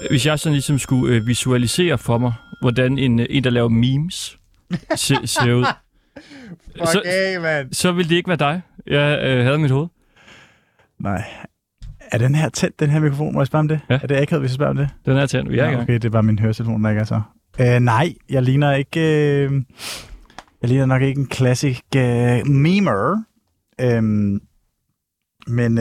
Hvis jeg sådan ligesom skulle visualisere for mig, hvordan en der laver memes ser ud, så ville det ikke være dig, jeg havde i mit hoved. Nej. Er den her tændt, den her mikrofon? Må jeg spørge om det? Ja. Er det akavet, hvis jeg spørger om det? Den er tændt, vi er i gang. Okay, det er bare min høretelefon, der ikke er så. Nej, jeg ligner ikke... jeg ligner nok ikke en klassisk memer. Men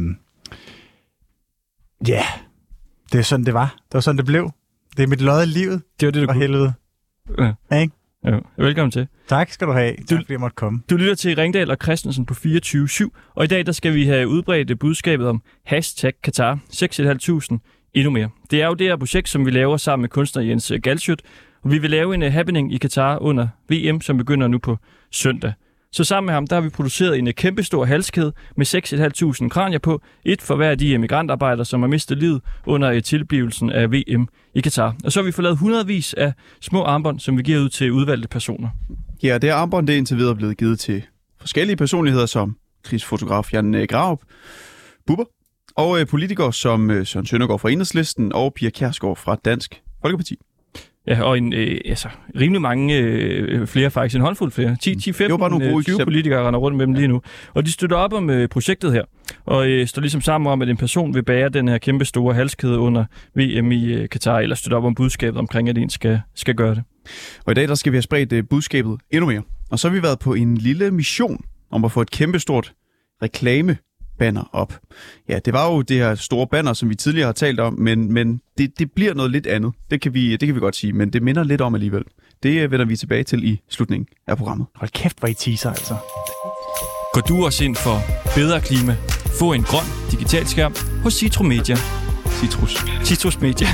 ja, det er sådan, det var. Det var sådan, det blev. Det er mit lod i livet. Det var det, du kunne. Helvede. Ja. Ikke? Ja. Velkommen til. Tak skal du have. Tak fordi jeg måtte komme. Du lytter til Ringdal og Christensen på 24/7, og i dag der skal vi have udbredt budskabet om #Qatar 6.500 endnu mere. Det er jo det her projekt, som vi laver sammen med kunstner Jens Galschiøt, og vi vil lave en happening i Qatar under VM, som begynder nu på søndag. Så sammen med ham, der har vi produceret en kæmpestor halskæde med 6.500 kranier på, et for hver af de migrantarbejdere, som har mistet livet under tilblivelsen af VM i Qatar. Og så har vi fået lavet hundredvis af små armbånd, som vi giver ud til udvalgte personer. Ja, det armbånd det er indtil videre blevet givet til forskellige personligheder, som krigsfotograf Jan Grarup, Bubber, og politikere som Søren Søndergaard fra Enhedslisten og Pia Kjærsgaard fra Dansk Folkeparti. Ja, og rimelig mange flere, faktisk en håndfuld flere. 10-15 politikere render rundt med dem lige nu. Og de støtter op om projektet her, og står ligesom sammen om, at en person vil bære den her kæmpe store halskæde under VM i Qatar, eller støtter op om budskabet omkring, at en skal gøre det. Og i dag der skal vi have spredt budskabet endnu mere. Og så har vi været på en lille mission om at få et kæmpestort reklamebanner op. Ja, det var jo det her store banner, som vi tidligere har talt om, men det bliver noget lidt andet. Det kan vi godt sige, men det minder lidt om alligevel. Det vender vi tilbage til i slutningen af programmet. Hold kæft, hvor I teaser, altså. Går du også ind for bedre klima? Få en grøn digital skærm hos Citro Media. Citrus Media.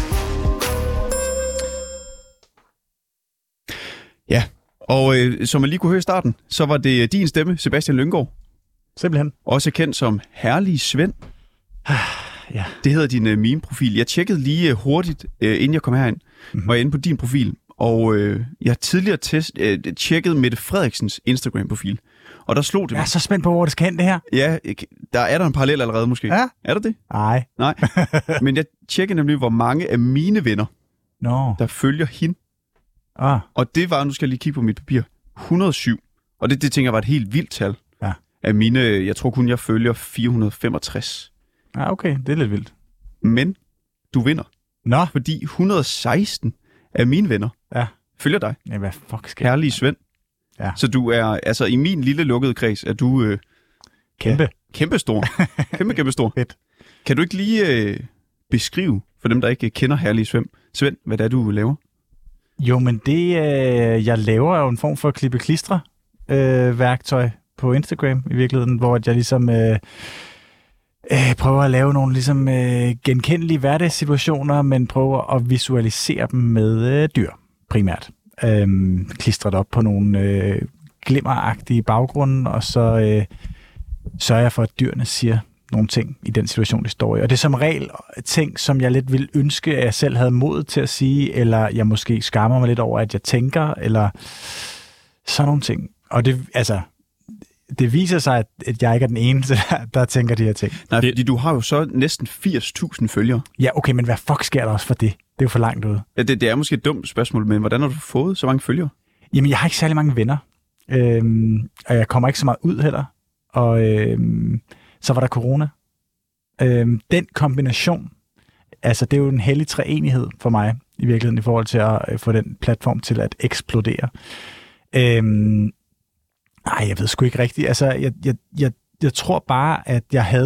Ja, og som man lige kunne høre i starten, så var det din stemme, Sebastian Lynggaard. Simpelthen. Også kendt som Herlig Svend. Ja. Det hedder din meme-profil. Jeg tjekkede lige hurtigt, inden jeg kom herind, var jeg inde på din profil. Og jeg har tidligere tjekket Mette Frederiksens Instagram-profil. Og der slog det mig. Jeg er så spændt på, hvor det skal hen, det her. Ja, der er en parallel allerede måske. Ja. Er der det? Nej. Men jeg tjekkede nemlig, hvor mange af mine venner, der følger hende. Og det var, nu skal jeg lige kigge på mit papir, 107. Og det tænker jeg var et helt vildt tal. Ja. Af mine, jeg tror kun, jeg følger 465. Ja, okay. Det er lidt vildt. Men du vinder. Nå. Fordi 116 af mine venner følger dig. Ja, hvad fuck skal Herlig Svend. Ja. Så du er, altså i min lille lukkede kreds, er du... kæmpe stor. Kæmpe stor. Fedt. Kan du ikke lige beskrive, for dem, der ikke kender Herlig Svend, hvad det er, du laver? Jo, men det, jeg laver jo en form for klippe-klistre værktøj på Instagram i virkeligheden, hvor jeg ligesom prøver at lave nogle ligesom genkendelige hverdagssituationer, men prøver at visualisere dem med dyr primært. Klistret op på nogle glimmeragtige baggrunde, og så sørger jeg for, at dyrene siger nogle ting i den situation, de står i. Og det er som regel ting, som jeg lidt ville ønske, at jeg selv havde mod til at sige, eller jeg måske skammer mig lidt over, at jeg tænker, eller sådan nogle ting. Og det viser sig, at jeg ikke er den eneste, der tænker de her ting. Nej, fordi du har jo så næsten 80.000 følgere. Ja, okay, men hvad fuck sker der også for det? Det er jo for langt ude. Ja, det er måske et dumt spørgsmål, men hvordan har du fået så mange følgere? Jamen, jeg har ikke særlig mange venner. Og jeg kommer ikke så meget ud heller. Og så var der corona. Den kombination, altså det er jo en hellig treenighed for mig, i virkeligheden, i forhold til at få den platform til at eksplodere. Nej, jeg ved sgu ikke rigtigt. Altså, jeg tror bare, at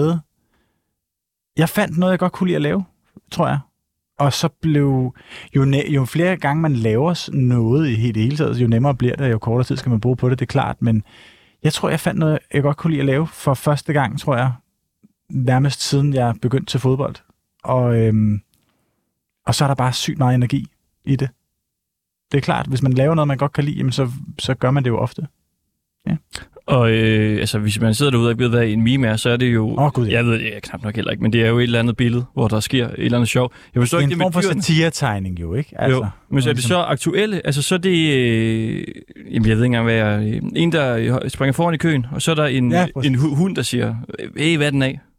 jeg fandt noget, jeg godt kunne lide at lave, tror jeg. Og så blev jo flere gange man laver noget i det hele taget, jo nemmere bliver det, jo kortere tid skal man bruge på det, det er klart. Men jeg tror, jeg fandt noget, jeg godt kunne lide at lave for første gang, tror jeg, nærmest siden jeg begyndte til fodbold. Og så er der bare sygt meget energi i det. Det er klart, hvis man laver noget, man godt kan lide, jamen så gør man det jo ofte. Ja. Og hvis man sidder derude og ikke ved, hvad en meme er, så er det jo... Gud, ja. Jeg ved det knap nok heller ikke, men det er jo et eller andet billede, hvor der sker et eller andet sjov. Jeg forstår det er ikke, en form for satiretegning jo, ikke? Altså, jo, men så er det så aktuelle, altså så er det... jeg ved ikke engang, hvad en, der springer foran i køen, og så er der en hund, der siger, hvad er den af?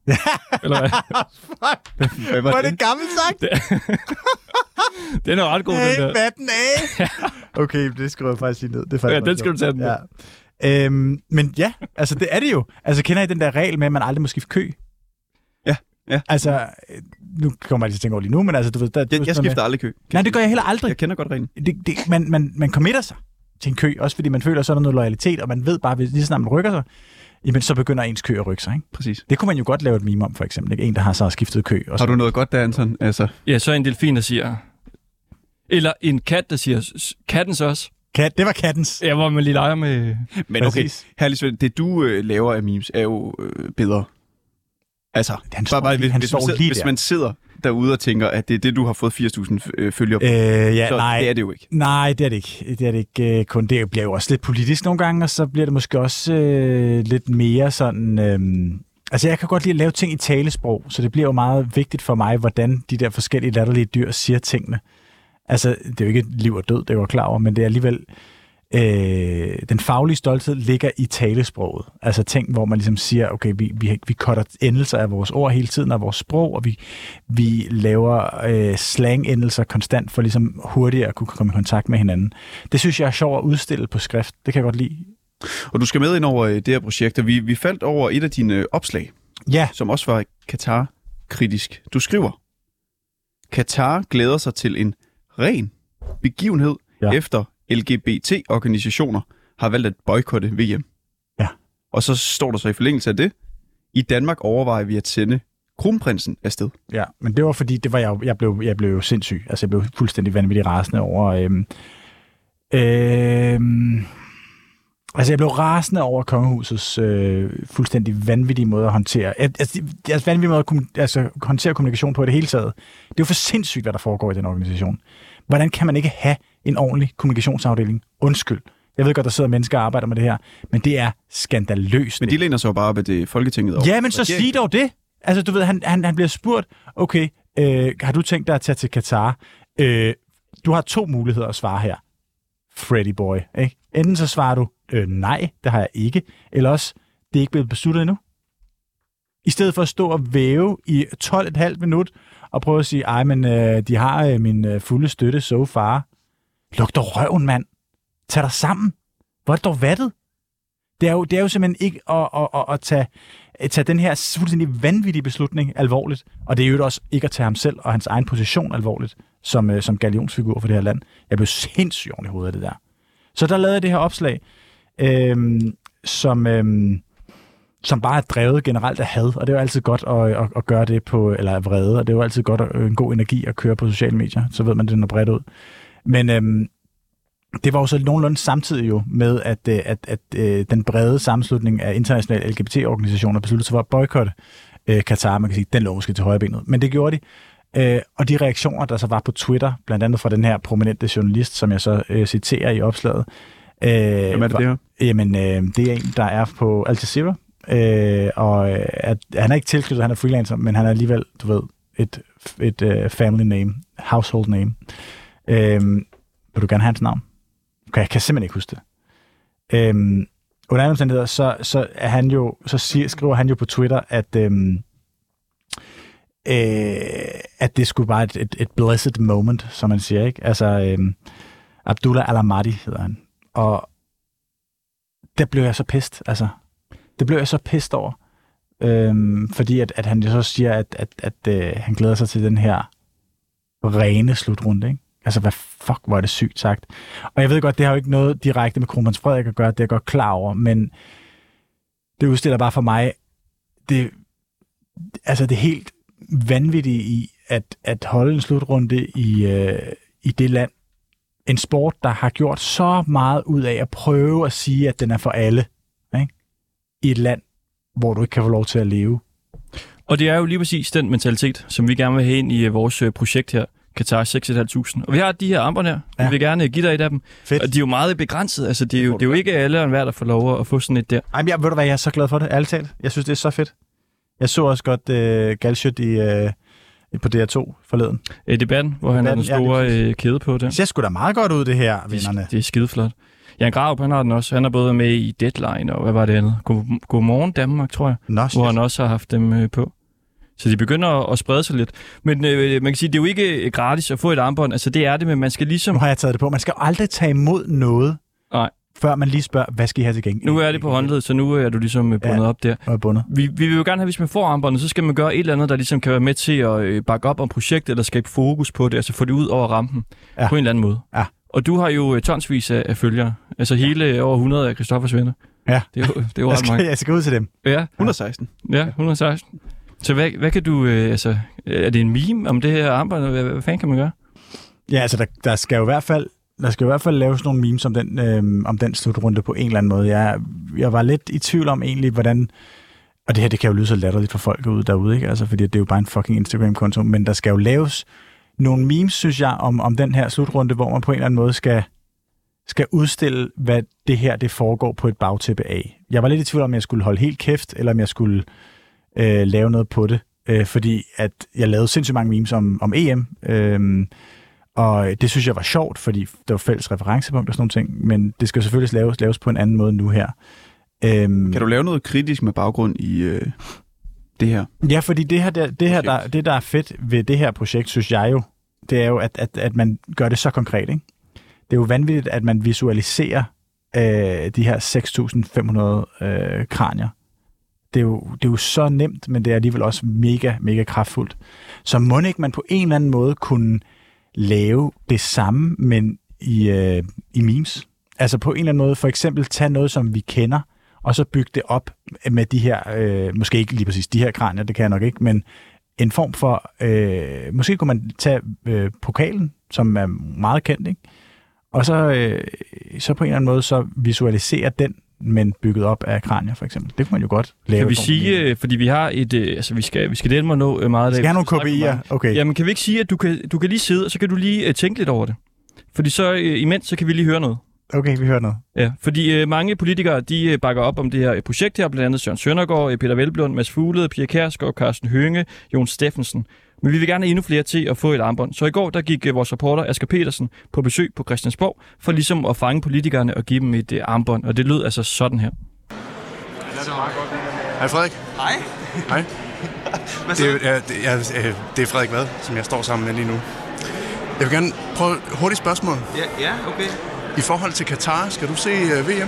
Eller hvad? Fuck. Hvor er det gammelt sagt? Den er ret god, hey, den der. vatten af! Okay, det skriver jeg faktisk lige ned. Det er faktisk den skal du tage den med. Men ja, altså det er det jo. Altså kender I den der regel med, at man aldrig må skifte kø? Ja. Altså, nu kommer jeg lige til at tænke over lige nu, men altså du ved... Jeg skifter aldrig kø. Nej, det gør jeg heller aldrig. Jeg kender godt reglen. Man committer sig til en kø, også fordi man føler sådan noget loyalitet, og man ved bare, at lige så snart man rykker sig, jamen så begynder ens kø at rykke sig, ikke? Præcis. Det kunne man jo godt lave et meme om, for eksempel. Ikke? En, der har så skiftet kø. Og har du noget godt der, Anton? Altså. Ja, så en delfin, der siger... Eller en kat, der siger... Kattens også. Det var kattens. Ja, hvor man lige leger med... Men okay, herligt Svend, det du laver af memes er jo bedre. Altså, hvis man sidder derude og tænker, at det er det, du har fået 80.000 følgere på, så nej, det er det jo ikke. Nej, det er det ikke. Det er det ikke kun. Det bliver jo også lidt politisk nogle gange, og så bliver det måske også lidt mere sådan... Altså, jeg kan godt lide at lave ting i talesprog, så det bliver jo meget vigtigt for mig, hvordan de der forskellige latterlige dyr siger tingene. Altså, det er jo ikke liv og død, det er jo klar over, men det er alligevel... den faglige stolthed ligger i talesproget. Altså ting, hvor man ligesom siger, okay, vi cutter endelser af vores ord hele tiden, af vores sprog, og vi laver slang-endelser konstant for ligesom hurtigere at kunne komme i kontakt med hinanden. Det synes jeg er sjovt at udstille på skrift. Det kan jeg godt lide. Og du skal med ind over det her projekt, og vi faldt over et af dine opslag, ja, som også var Katar-kritisk. Du skriver, Katar glæder sig til en ren begivenhed efter LGBT-organisationer har valgt at boykotte VM. Ja. Og så står der så i forlængelse af det, i Danmark overvejer vi at sende kronprinsen afsted. Ja, men det var fordi, det var jeg blev sindssyg. Altså jeg blev fuldstændig vanvittigt rasende over... Altså jeg blev rasende over kongehusets fuldstændig vanvittige måde at håndtere... Altså vanvittige måde at håndtere kommunikation på i det hele taget. Det er jo for sindssygt, hvad der foregår i den organisation. Hvordan kan man ikke have en ordentlig kommunikationsafdeling? Undskyld. Jeg ved godt, der sidder mennesker og arbejder med det her, men det er skandaløst. Men de læner sig jo bare ved det Folketinget over. Ja, men så sig dog det. Altså, du ved, han bliver spurgt, okay, har du tænkt dig at tage til Katar? Du har 2 muligheder at svare her, Freddy boy. Ikke? Enten så svarer du, nej, det har jeg ikke, eller også, det er ikke blevet besluttet endnu. I stedet for at stå og væve i 12,5 minut, og prøve at sige, de har min fulde støtte so far. Luk dog røven, mand. Tag dig sammen. Hvor er det dog vattet? Det er jo simpelthen ikke at tage den her fuldstændig vanvittige beslutning alvorligt. Og det er jo også ikke at tage ham selv og hans egen position alvorligt, som gallionsfigur for det her land. Jeg blev sindssygt oven i hovedet af det der. Så der lavede jeg det her opslag, som bare er drevet generelt af had, og det er jo altid godt at gøre det på, eller vrede, og det er jo altid godt en god energi at køre på sociale medier, så ved man, det når bredt ud. Men det var jo så nogenlunde samtidig jo med, at den brede sammenslutning af internationale LGBT-organisationer besluttede sig for at boykotte Katar. Man kan sige, den lå måske til højrebenet, men det gjorde de. Og de reaktioner, der så var på Twitter, blandt andet fra den her prominente journalist, som jeg så citerer i opslaget. Hvem er det her? Jamen, det er en, der er på Al Jazeera, han er ikke tilknyttet, han er freelancer, men han er alligevel, du ved, et family name, household name. Vil du gerne have hans navn? Okay, jeg kan simpelthen ikke huske det. Under andre omstændigheder, så er han jo, skriver han jo på Twitter, at det skulle bare et blessed moment, som man siger, ikke? Altså, Abdullah Al-Ahmadi hedder han. Og der blev jeg så pissed, altså. Det blev jeg så pissed over. Fordi at han jo så siger, at han glæder sig til den her rene slutrunde, ikke? Altså, hvor er det sygt sagt. Og jeg ved godt, det har jo ikke noget direkte med kronprins Frederik at gøre, det er jeg godt klar over, men det udstiller bare for mig det helt vanvittige i at holde en slutrunde i det land. En sport, der har gjort så meget ud af at prøve at sige, at den er for alle, ikke? I et land, hvor du ikke kan få lov til at leve. Og det er jo lige præcis den mentalitet, som vi gerne vil have ind i vores projekt her, Katar 6.500. Og vi har de her armbånd her. Ja. Vi vil gerne give dig et af dem. Fedt. Og de er jo meget begrænset. Altså, det er jo ikke alle og enhver, der får lov at få sådan et der. Ej, men ved du hvad, jeg er så glad for det, ærligt talt. Jeg synes, det er så fedt. Jeg så også godt Galsjøt på DR2 forleden. Debatten, hvor han har den store kæde på der. Det ser sgu da meget godt ud, det her, vennerne. Det er skideflot. Jan Grarup, han har den også. Han er både med i Deadline, og hvad var det andet? Godmorgen Danmark, tror jeg. Hvor han også har haft dem på. Så de begynder at sprede sig lidt. Men man kan sige, det er jo ikke gratis at få et armbånd. Altså det er det, men man skal ligesom... Nu har jeg taget det på. Man skal aldrig tage imod noget, før man lige spørger, hvad skal I have til gengæld? Nu er det på håndled, så nu er du ligesom bundet op der. Og bundet. Vi vil jo gerne have, hvis man får armbåndet, så skal man gøre et eller andet, der ligesom kan være med til at bakke op om projektet, eller skabe fokus på det, altså få det ud over rampen på en eller anden måde. Ja. Og du har jo tonsvis af følgere. Altså hele over 100 af Christoffers venner. Ja. Det er jo ret mange. Jeg skal ud til dem. Ja. 116. Ja, 116. Så hvad kan du... altså, er det en meme om det her armbånd? Hvad fanden kan man gøre? Ja, altså der skal jo i hvert fald laves nogle memes om den slutrunde på en eller anden måde. Jeg var lidt i tvivl om egentlig, hvordan... Og det her, det kan jo lyde så latterligt for folk derude, ikke? Altså, fordi det er jo bare en fucking Instagram-konto. Men der skal jo laves nogle memes, synes jeg, om den her slutrunde, hvor man på en eller anden måde skal udstille, hvad det her det foregår på et bagtæppe af. Jeg var lidt i tvivl om jeg skulle holde helt kæft, eller om jeg skulle lave noget på det. Fordi at jeg lavede sindssygt mange memes om EM. Og det synes jeg var sjovt, fordi det var fælles referencepunkt og sådan nogle ting. Men det skal selvfølgelig laves på en anden måde nu her. Kan du lave noget kritisk med baggrund i det her? Ja, fordi det der er fedt ved det her projekt, synes jeg jo, det er jo, at man gør det så konkret, ikke? Det er jo vanvittigt, at man visualiserer de her 6.500 kranier. Det er jo så nemt, men det er alligevel også mega, mega kraftfuldt. Så må ikke man på en eller anden måde kunne lave det samme, men i memes? Altså på en eller anden måde, for eksempel tage noget, som vi kender, og så bygge det op med de her, måske ikke lige præcis de her kranier, det kan jeg nok ikke, men en form for, måske kunne man tage pokalen, som er meget kendt, ikke? Og så på en eller anden måde, så visualisere den, men bygget op af kranier, for eksempel. Det kunne man jo godt lave. Kan vi sige, fordi vi har et... altså, vi skal dele mig nå meget af det. Skal have nogle KPI'er? Okay. Jamen, kan vi ikke sige, at du kan lige sidde, og så kan du lige tænke lidt over det? Fordi så imens, så kan vi lige høre noget. Okay, vi hører noget. Ja, fordi mange politikere, de bakker op om det her projekt her, blandt andet Søren Søndergaard, Peter Velblom, Mads Fuglede, Pia Kjærsgaard, Carsten Hønge, Jon Steffensen. Men vi vil gerne have endnu flere til at få et armbånd. Så i går, der gik vores reporter Asger Petersen på besøg på Christiansborg, for ligesom at fange politikerne og give dem et armbånd. Og det lød altså sådan her. Hej Frederik. Hej. Hej. Det er Frederik Vad, som jeg står sammen med lige nu. Jeg vil gerne prøve et hurtigt spørgsmål. Ja, okay. I forhold til Katar, skal du se VM?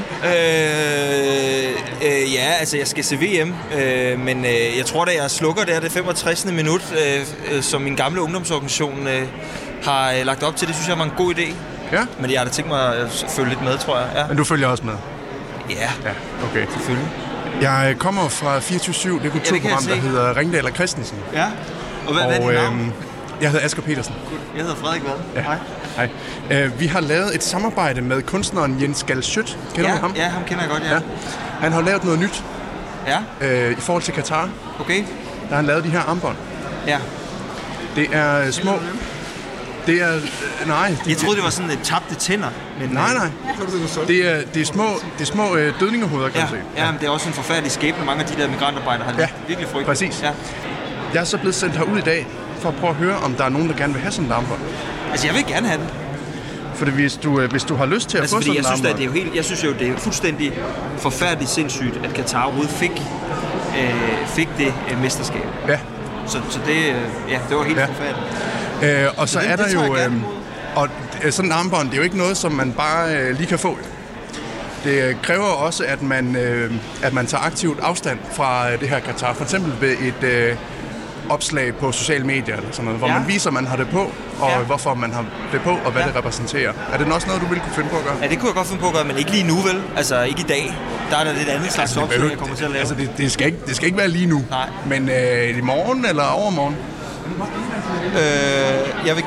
Ja, altså jeg skal se VM, men jeg tror da jeg slukker der det 65. minut, som min gamle ungdomsorganisation har lagt op til. Det synes jeg var en god idé. Ja. Men jeg har da tænkt mig at følge lidt med, tror jeg. Ja. Men du følger også med? Ja, okay. Selvfølgelig. Jeg kommer fra 24/7, det kulturprogram, der hedder Ringdal og Christensen. Ja, og hvad er dit navn? Jeg hedder Asger Petersen. Jeg hedder Frederik Vad. Ja. Hej. Vi har lavet et samarbejde med kunstneren Jens Galschiøt. Kender du ham? Ja, ham kender jeg godt, ja. Han har lavet noget nyt i forhold til Katar. Okay. Der har han lavet de her armbånd. Ja. Det er små... Det er... Nej. Jeg troede, det var sådan et tabte tænder. Men, nej. Det er små dødningehoveder, kan du se. Ja, men det er også en forfærdelig skæbne. Mange af de der migrantarbejdere har virkelig frygtet. Præcis. Ja. Jeg er så blevet sendt herud i dag, for at prøve at høre, om der er nogen, der gerne vil have sådan en armbånd. Altså, jeg vil gerne have den. Fordi hvis du har lyst til at få sådan en armbånd... Jeg synes jo, det er fuldstændig forfærdeligt sindssygt, at Katar overhovedet fik det mesterskab. Ja. Så det var helt forfærdeligt. Og så er der jo... Og sådan en armbånd, det er jo ikke noget, som man bare lige kan få. Det kræver også, at man tager aktivt afstand fra det her Katar. For eksempel ved et opslag på sociale medier, eller sådan noget, hvor man viser, at man har det på, og hvorfor man har det på, og hvad det repræsenterer. Er det også noget, du ville kunne finde på at gøre? Ja, det kunne jeg godt finde på at gøre, men ikke lige nu, vel? Altså, ikke i dag. Der er der lidt andet slags opslag, jeg kommer til at lave. Altså, det skal ikke være lige nu. Nej. Men i morgen eller overmorgen? Jeg vil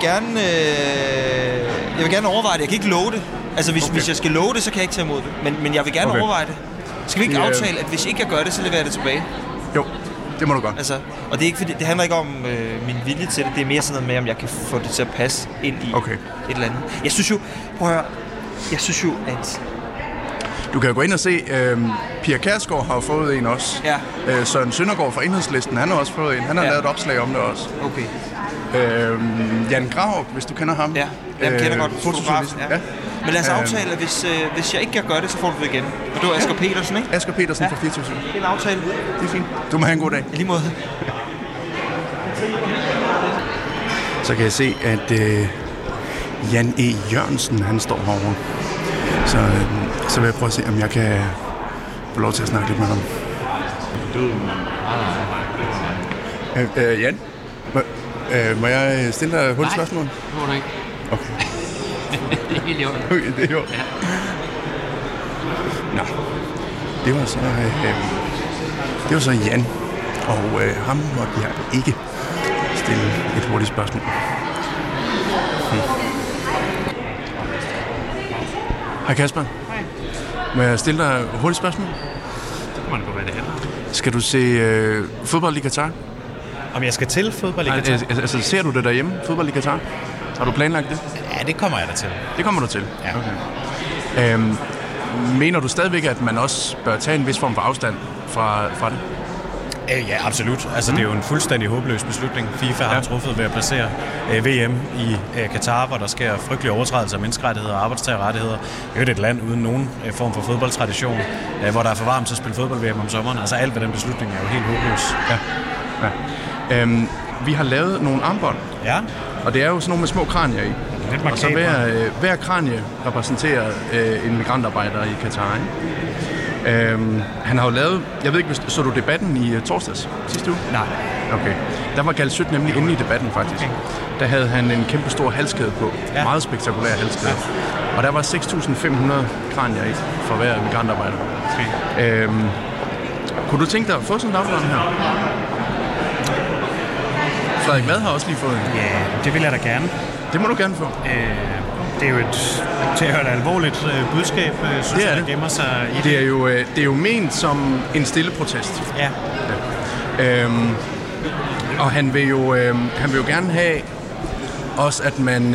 gerne overveje det. Jeg kan ikke love det. Altså, hvis jeg skal love det, så kan jeg ikke tage imod det. Men jeg vil gerne overveje det. Skal vi ikke aftale, at hvis ikke jeg gør det, så leverer jeg det tilbage? Jo. Det må du godt. Altså, og det er ikke fordi, det handler ikke om min vilje til det. Det er mere sådan noget med, om jeg kan få det til at passe ind i et eller andet. Jeg synes jo, at... Du kan jo gå ind og se, Pia Kjærsgaard har jo fået en også. Ja. Søren Søndergaard fra Enhedslisten, han har også fået en. Han har lavet et opslag om det også. Okay. Jan Grav, hvis du kender ham. Ja, jeg kender godt fotojournalisten. Ja. Men lad os aftale, at hvis jeg ikke kan gøre det, så får du det igen. Og det var Asger Petersen, ikke? Asger Petersen fra 24/7. Det er en aftale. Det er fint. Du må have en god dag. I lige måde. Så kan jeg se, at Jan E. Jørgensen, han står herovre. Så vil jeg prøve at se, om jeg kan få lov til at snakke lidt med ham. Jan? Må jeg stille dig et hurtigt spørgsmål? Nej, det må du ikke. Okay. Det er helt i orden. Okay, det er jo. Ja. Nå, det var så Jan, og ham måtte jeg ikke stille et hurtigt spørgsmål. Hej Kasper. Hej. Må jeg stille dig et hurtigt spørgsmål? Det kommer på, hvad det handler. Skal du se fodbold i Katar? Om jeg skal til fodbold i Katar? Altså, ser du det derhjemme, fodbold i Katar? Har du planlagt det? Ja, det kommer jeg da til. Det kommer du til? Ja. Okay. Mener du stadigvæk, at man også bør tage en vis form for afstand fra det? Ja, absolut. Altså, det er jo en fuldstændig håbløs beslutning, FIFA har truffet ved at placere VM i Katar, hvor der sker frygtelige overtrædelser af menneskerettigheder og arbejdstagerrettigheder. Det er jo et land uden nogen form for fodboldtradition, hvor der er for varmt til at spille fodbold-VM om sommeren. Altså, alt ved den beslutning er jo helt håbløs. Ja. Vi har lavet nogle armbånd, og det er jo sådan nogle med små kranier i. Og så hver kranie repræsenterer en migrantarbejder i Katar. Han har jo lavet, jeg ved ikke, så du debatten i torsdags sidste uge? Nej. Okay. Der var Galsøt nemlig inde i debatten faktisk. Okay. Der havde han en kæmpe stor halskæde på. Ja. Meget spektakulær halskæde. Ja. Og der var 6.500 kranier i for hver migrantarbejder. Okay. Kunne du tænke dig at få sådan en afgørende her? Frederik Vad har også lige fået en. Ja, det vil jeg da gerne. Det må du gerne få. Det er jo et alvorligt budskab, synes jeg, der gemmer sig i det. Det er jo ment som en stille protest. Ja. Og han vil jo gerne have også, at man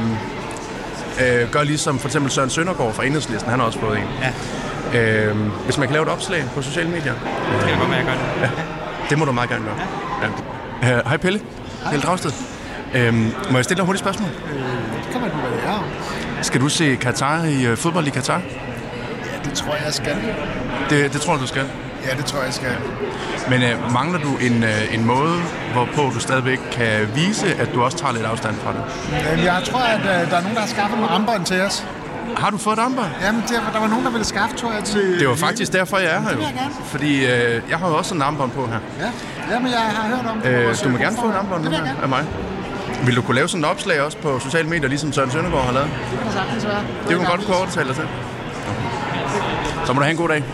gør ligesom for eksempel Søren Søndergaard fra Enhedslisten, han har også fået en. Ja. Hvis man kan lave et opslag på sociale medier. Det kan godt være, jeg gør det. Ja. Det må du meget gerne gøre. Ja. Hej Pelle. Pelle Dragsted. Må jeg stille dig et hurtigt spørgsmål? Det kan man jo være. Skal du se Katar i fodbold i Katar? Ja, det tror jeg skal. Det tror du skal? Ja, det tror jeg skal. Men mangler du en måde, hvorpå du stadigvæk kan vise, at du også tager lidt afstand fra det? Jeg tror, at der er nogen, der har skaffet nogle armbånd til os. Har du fået et armbånd? Jamen, der var nogen, der ville skaffe, tror jeg, til... Det var faktisk derfor, jeg er her jo. Fordi jeg har jo også en armbånd på her. Ja, men jeg har hørt om det. Du må gerne få et armbånd nu her af mig. Vil du kunne lave sådan et opslag også på sociale medier, ligesom Søren Søndergaard har lavet? Det kan sagtens være. Det kunne godt kunne overtale dig til. Så må du have en god dag.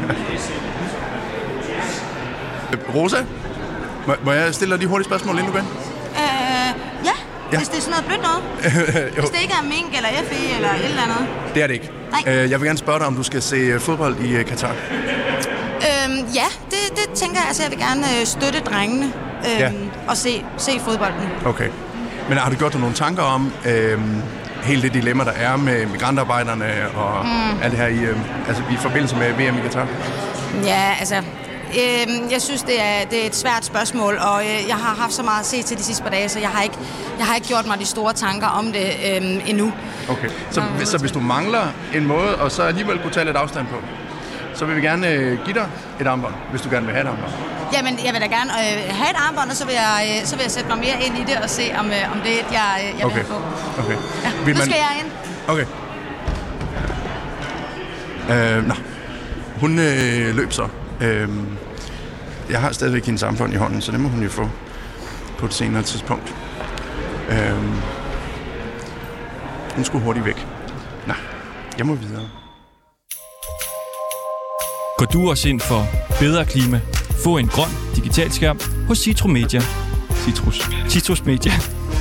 Rosa, må jeg stille dig de hurtige spørgsmål, inden du går ind? Ja, hvis det er sådan noget blødt noget. Hvis det ikke er mink eller FE eller et eller andet. Det er det ikke. Nej. Jeg vil gerne spørge dig, om du skal se fodbold i Katar. Ja, det tænker jeg. Altså, jeg vil gerne støtte drengene og se fodbolden. Okay. Men har du gjort dig nogle tanker om hele det dilemma, der er med migrantarbejderne og alt det her i forbindelse med VM i Katar? Ja, altså... jeg synes, det er et svært spørgsmål, og jeg har haft så meget at se til de sidste par dage, så jeg har ikke gjort mig de store tanker om det endnu. Okay, så hvis du mangler en måde, og så alligevel kunne tage lidt afstand på, så vil vi gerne give dig et armbånd, hvis du gerne vil have et armbånd. Jamen, jeg vil da gerne have et armbånd, og så vil jeg sætte mig mere ind i det og se, om det er jeg vil få. Okay. Ja, nu skal jeg ind. Okay. Hun løb så. Jeg har stadigvæk hendes armbånd i hånden, så det må hun jo få på et senere tidspunkt. Hun skulle hurtigt væk. Nej, jeg må videre. Går du også ind for bedre klima? Få en grøn digital skærm hos Citromedia. Citrus Media.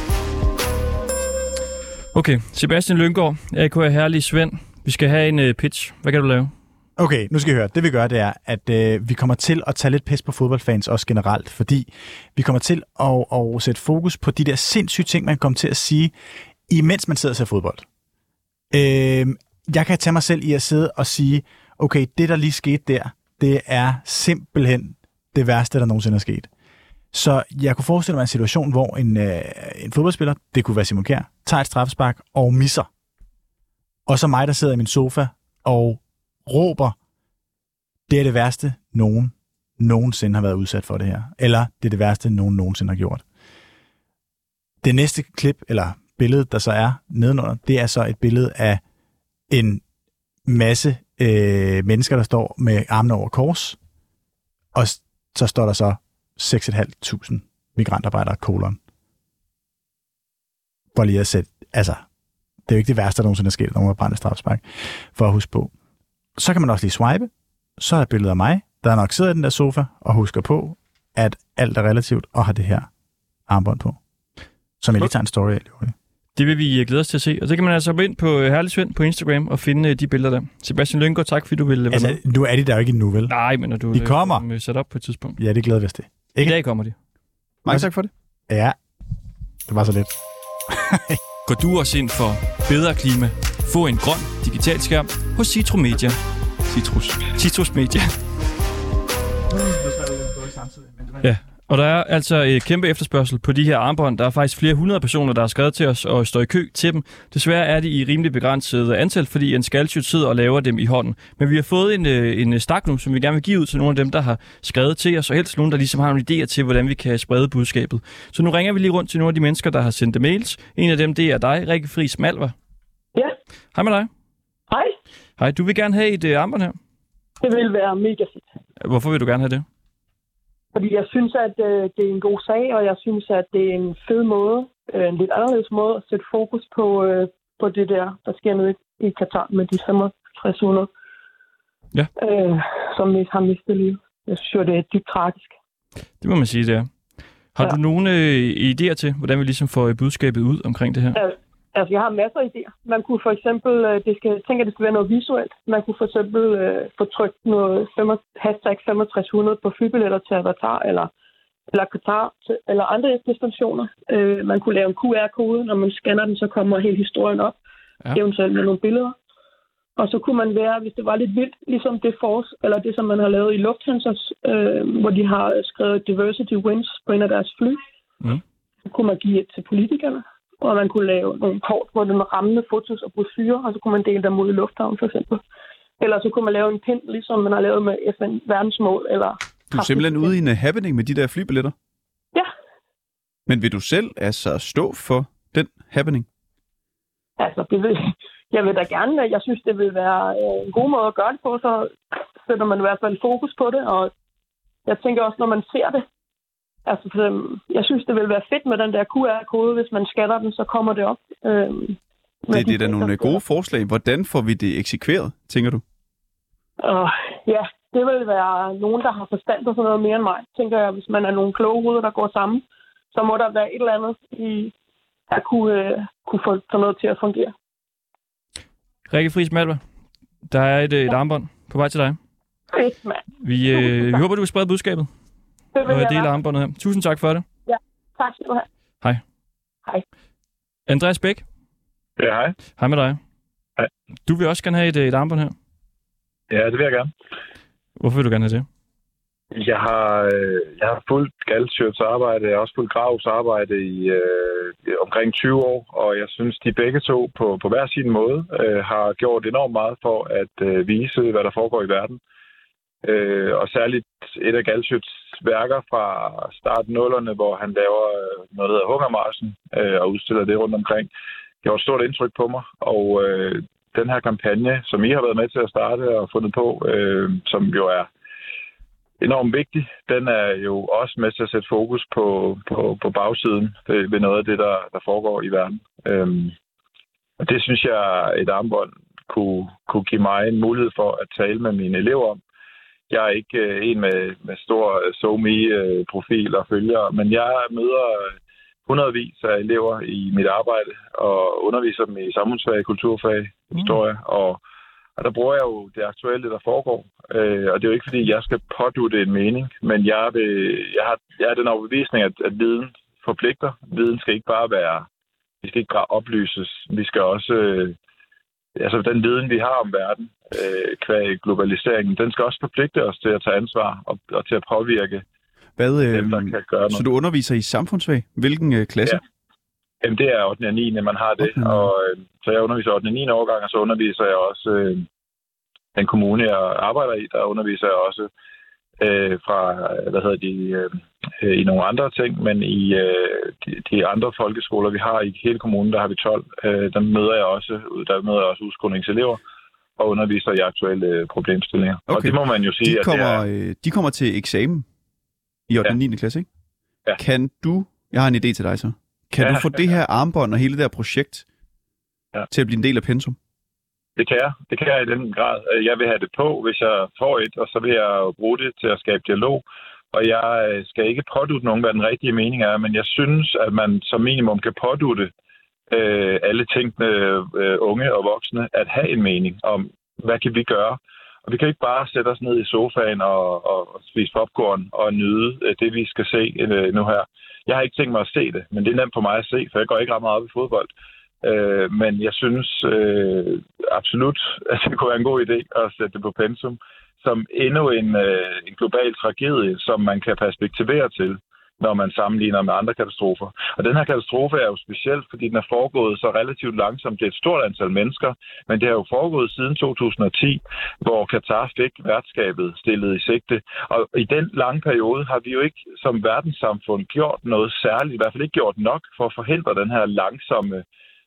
Okay, Sebastian Lynggaard, AKH Herlig Svend. Vi skal have en pitch. Hvad kan du lave? Okay, nu skal I høre. Det vi gør, det er, at vi kommer til at tage lidt pis på fodboldfans også generelt, fordi vi kommer til at sætte fokus på de der sindssyge ting, man kommer til at sige, imens man sidder og ser fodbold. Jeg kan tage mig selv i at sidde og sige, okay, det der lige skete der, det er simpelthen det værste, der nogensinde er sket. Så jeg kunne forestille mig en situation, hvor en fodboldspiller, det kunne være Simon Kjær, tager et straffespark og misser. Og så mig, der sidder i min sofa og råber, det er det værste nogensinde har været udsat for det her. Eller det er det værste, nogen nogensinde har gjort. Det næste klip, eller billede, der så er nedenunder, det er så et billede af en masse mennesker, der står med armene over kors, og så står der så 6.500 migrantarbejdere, kolon. For lige at sætte, altså, det er jo ikke det værste, der nogensinde er sket, når man har brændt et straffespark, for at huske på. Så kan man også lige swipe, så er et billede af mig, der nok sidder i den der sofa, og husker på, at alt er relativt, og har det her armbånd på. Som jeg lige tager en story af. Det vil vi glæde os til at se. Og så kan man altså gå ind på Herlig Svend på Instagram og finde de billeder der. Sebastian Lynggaard, tak fordi du ville være med. Nu er de der jo ikke endnu, vel? Nej, men når du de kommer. Sat op på et tidspunkt. Ja, det glæder vi os til. Ikke? I dag kommer de. Mange tak for det. Ja, det var så lidt. Går du også ind for bedre klima? Få en grøn digital skærm hos Citro Media. Citrus Media. Ja. Og der er altså et kæmpe efterspørgsel på de her armbånd. Der er faktisk flere 100 personer, der har skrevet til os og står i kø til dem. Desværre er det i rimelig begrænset antal, fordi en skaldskyt sidder og laver dem i hånden. Men vi har fået en stak nu, som vi gerne vil give ud til nogle af dem, der har skrevet til os, og helst nogen, der ligesom har nogle idéer til, hvordan vi kan sprede budskabet. Så nu ringer vi lige rundt til nogle af de mennesker, der har sendt dem mails. En af dem, det er dig, Rikke Friis Malver. Ja. Hej med dig. Hej. Hej, du vil gerne have et armbånd her? Det vil være mega fedt. Hvorfor vil du gerne have det? Fordi jeg synes, at det er en god sag, og jeg synes, at det er en fed måde, en lidt anderledes måde at sætte fokus på det der sker nede i Katar med de 6500, ja. Som har mistet livet. Jeg synes jo, det er dybt tragisk. Det må man sige, det er. Har du nogle idéer til, hvordan vi ligesom får budskabet ud omkring det her? Altså, jeg har masser af idéer. Man kunne for eksempel, det skal være noget visuelt. Man kunne for eksempel få trykt noget #6500 på flybilletter til Avatar eller Qatar eller andre destinationer. Man kunne lave en QR-kode, når man scanner den, så kommer hele historien op. Ja. Eventuelt med nogle billeder. Og så kunne man være, hvis det var lidt vildt, ligesom det som man har lavet i Lufthansa, hvor de har skrevet Diversity Wins på en af deres fly. Mm. Så kunne man give et til politikerne. Og man kunne lave nogle kort, hvor den rammende fotos og brochurer, og så kunne man dele dem ud i lufthavnen, for eksempel. Eller så kunne man lave en pind, ligesom man har lavet med FN-verdensmål. Eller du er simpelthen ude i en happening med de der flybilletter? Ja. Men vil du selv altså stå for den happening? Altså, jeg vil da gerne. Jeg synes, det vil være en god måde at gøre det på, så sætter man i hvert fald fokus på det. Og jeg tænker også, når man ser det, altså, jeg synes, det vil være fedt med den der QR-kode. Hvis man scanner den, så kommer det op. Det er da nogle gode forslag. Hvordan får vi det eksekveret, tænker du? Ja, det vil være nogen, der har forstand på sådan noget mere end mig. Tænker jeg, hvis man er nogle kloge hoveder, der går sammen, så må der være et eller andet, der kunne få sådan noget til at fungere. Rikke Friis Malver, der er et armbånd på vej til dig. Fedt, mand. Vi håber, du vil sprede budskabet. Det vil jeg dele armbåndet her. Tusind tak for det. Ja, tak skal du have. Hej. Hej. Andreas Bæk. Ja, hej. Hej med dig. Hej. Du vil også gerne have et armbånd her? Ja, det vil jeg gerne. Hvorfor vil du gerne have det? Jeg har fulgt Galshirts arbejde, jeg har også fulgt Gravs arbejde i omkring 20 år, og jeg synes, de begge to på hver sin måde har gjort enormt meget for at vise, hvad der foregår i verden. Og særligt et af Galshirts værker fra starten 0'erne, hvor han laver noget, der hedder Hungermarchen, og udstiller det rundt omkring. Det var et stort indtryk på mig, og den her kampagne, som I har været med til at starte og fundet på, som jo er enormt vigtig, den er jo også med til at sætte fokus på bagsiden ved noget af det, der foregår i verden. Og det synes jeg, et armbånd kunne give mig en mulighed for at tale med mine elever om. Jeg er ikke en med stor SoMe-profil og følgere, men jeg møder hundredvis af elever i mit arbejde og underviser dem i samfundsfag, kulturfag, historie, og der bruger jeg jo det aktuelle, der foregår. Og det er jo ikke, fordi jeg skal pådutte en mening, men jeg er den overbevisning, at viden forpligter. Viden skal ikke bare oplyses. Vi skal også den viden, vi har om verden, qua globaliseringen, den skal også forpligte os til at tage ansvar og til at påvirke dem, der kan gøre noget. Så du underviser i samfundsfag? Hvilken klasse? Ja. Jamen, det er 8. og 9. man har det. Og så jeg underviser 8. og 9. årgang, og så underviser jeg også den kommune, jeg arbejder i, der underviser jeg også fra, i nogle andre ting, men i de andre folkeskoler, vi har i hele kommunen, der har vi 12. Der møder jeg også udskolingselever og underviser i aktuelle problemstillinger. Okay. Og det må man jo sige, de kommer til eksamen i 8. og 9. klasse, ikke? Ja. Kan du, jeg har en idé til dig så, kan du få det her armbånd og hele det her projekt til at blive en del af pensum? Det kan jeg i den grad. Jeg vil have det på, hvis jeg får et, og så vil jeg bruge det til at skabe dialog. Og jeg skal ikke pådutte nogen, hvad den rigtige mening er, men jeg synes, at man som minimum kan pådutte alle tænkende unge og voksne at have en mening om, hvad kan vi gøre. Og vi kan ikke bare sætte os ned i sofaen og spise popcorn og nyde det, vi skal se nu her. Jeg har ikke tænkt mig at se det, men det er nemt for mig at se, for jeg går ikke ret meget op i fodbold. Men jeg synes absolut, at det kunne være en god idé at sætte det på pensum som endnu en global tragedie, som man kan perspektivere til, når man sammenligner med andre katastrofer. Og den her katastrofe er jo speciel, fordi den er foregået så relativt langsomt. Det er et stort antal mennesker, men det har jo foregået siden 2010, hvor Katar fik værtskabet stillet i sigte. Og i den lange periode har vi jo ikke som verdenssamfund gjort noget særligt, i hvert fald ikke gjort nok for at forhindre den her langsomme,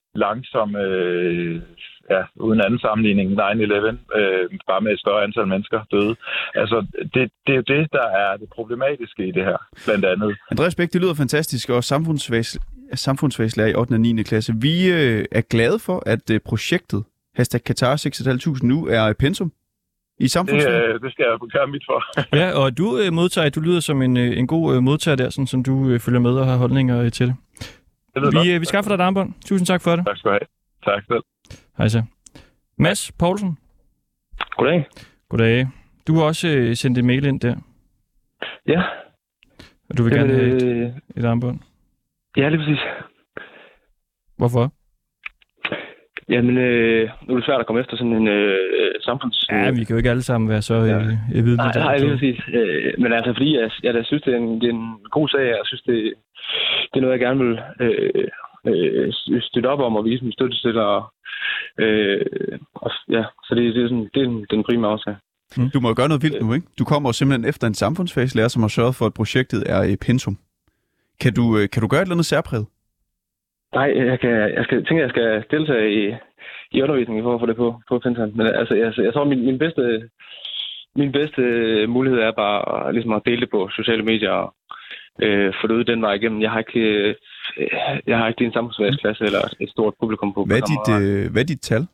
uden anden sammenligning, 9/11, bare med et større antal mennesker døde. Altså, det er jo det, der er det problematiske i det her, blandt andet. Andreas Bæk, det lyder fantastisk, og samfundsfagslærer i 8. og 9. klasse. Vi er glade for, at projektet #Qatar 6.500 nu er pensum i samfundsfag. Det skal jeg gøre mit for. Ja, og du lyder som en god modtager der, sådan, som du følger med og har holdninger til det. Vi skaffer dig et armbånd. Tusind tak for det. Tak skal du have. Tak selv. Hej så. Mads Poulsen. Goddag. Goddag. Du har også sendt en mail ind der. Ja. Og du vil gerne have et armbånd? Ja, lige præcis. Hvorfor? Jamen, nu er det svært at komme efter sådan en samfunds... Ja, vi kan jo ikke alle sammen være så vidne. Nej, lige præcis. Men altså, fordi jeg synes, det er en god sag, jeg synes, det er noget, jeg gerne vil støtte op om og vise min støtte til. Så det er sådan, det er den primære årsag. Du må jo gøre noget vildt nu, ikke? Du kommer simpelthen efter en samfundsfagslærer, som har sørget for, at projektet er i pensum. Kan du gøre et eller andet særpræget? Nej, jeg skal deltage i undervisningen for at få det på pensum. Men altså, jeg tror, min bedste mulighed er bare ligesom at dele det på sociale medier og få det ud den vej igennem. Jeg har ikke en samfundsfagsklasse eller et stort publikum på. Hvad er dit tal?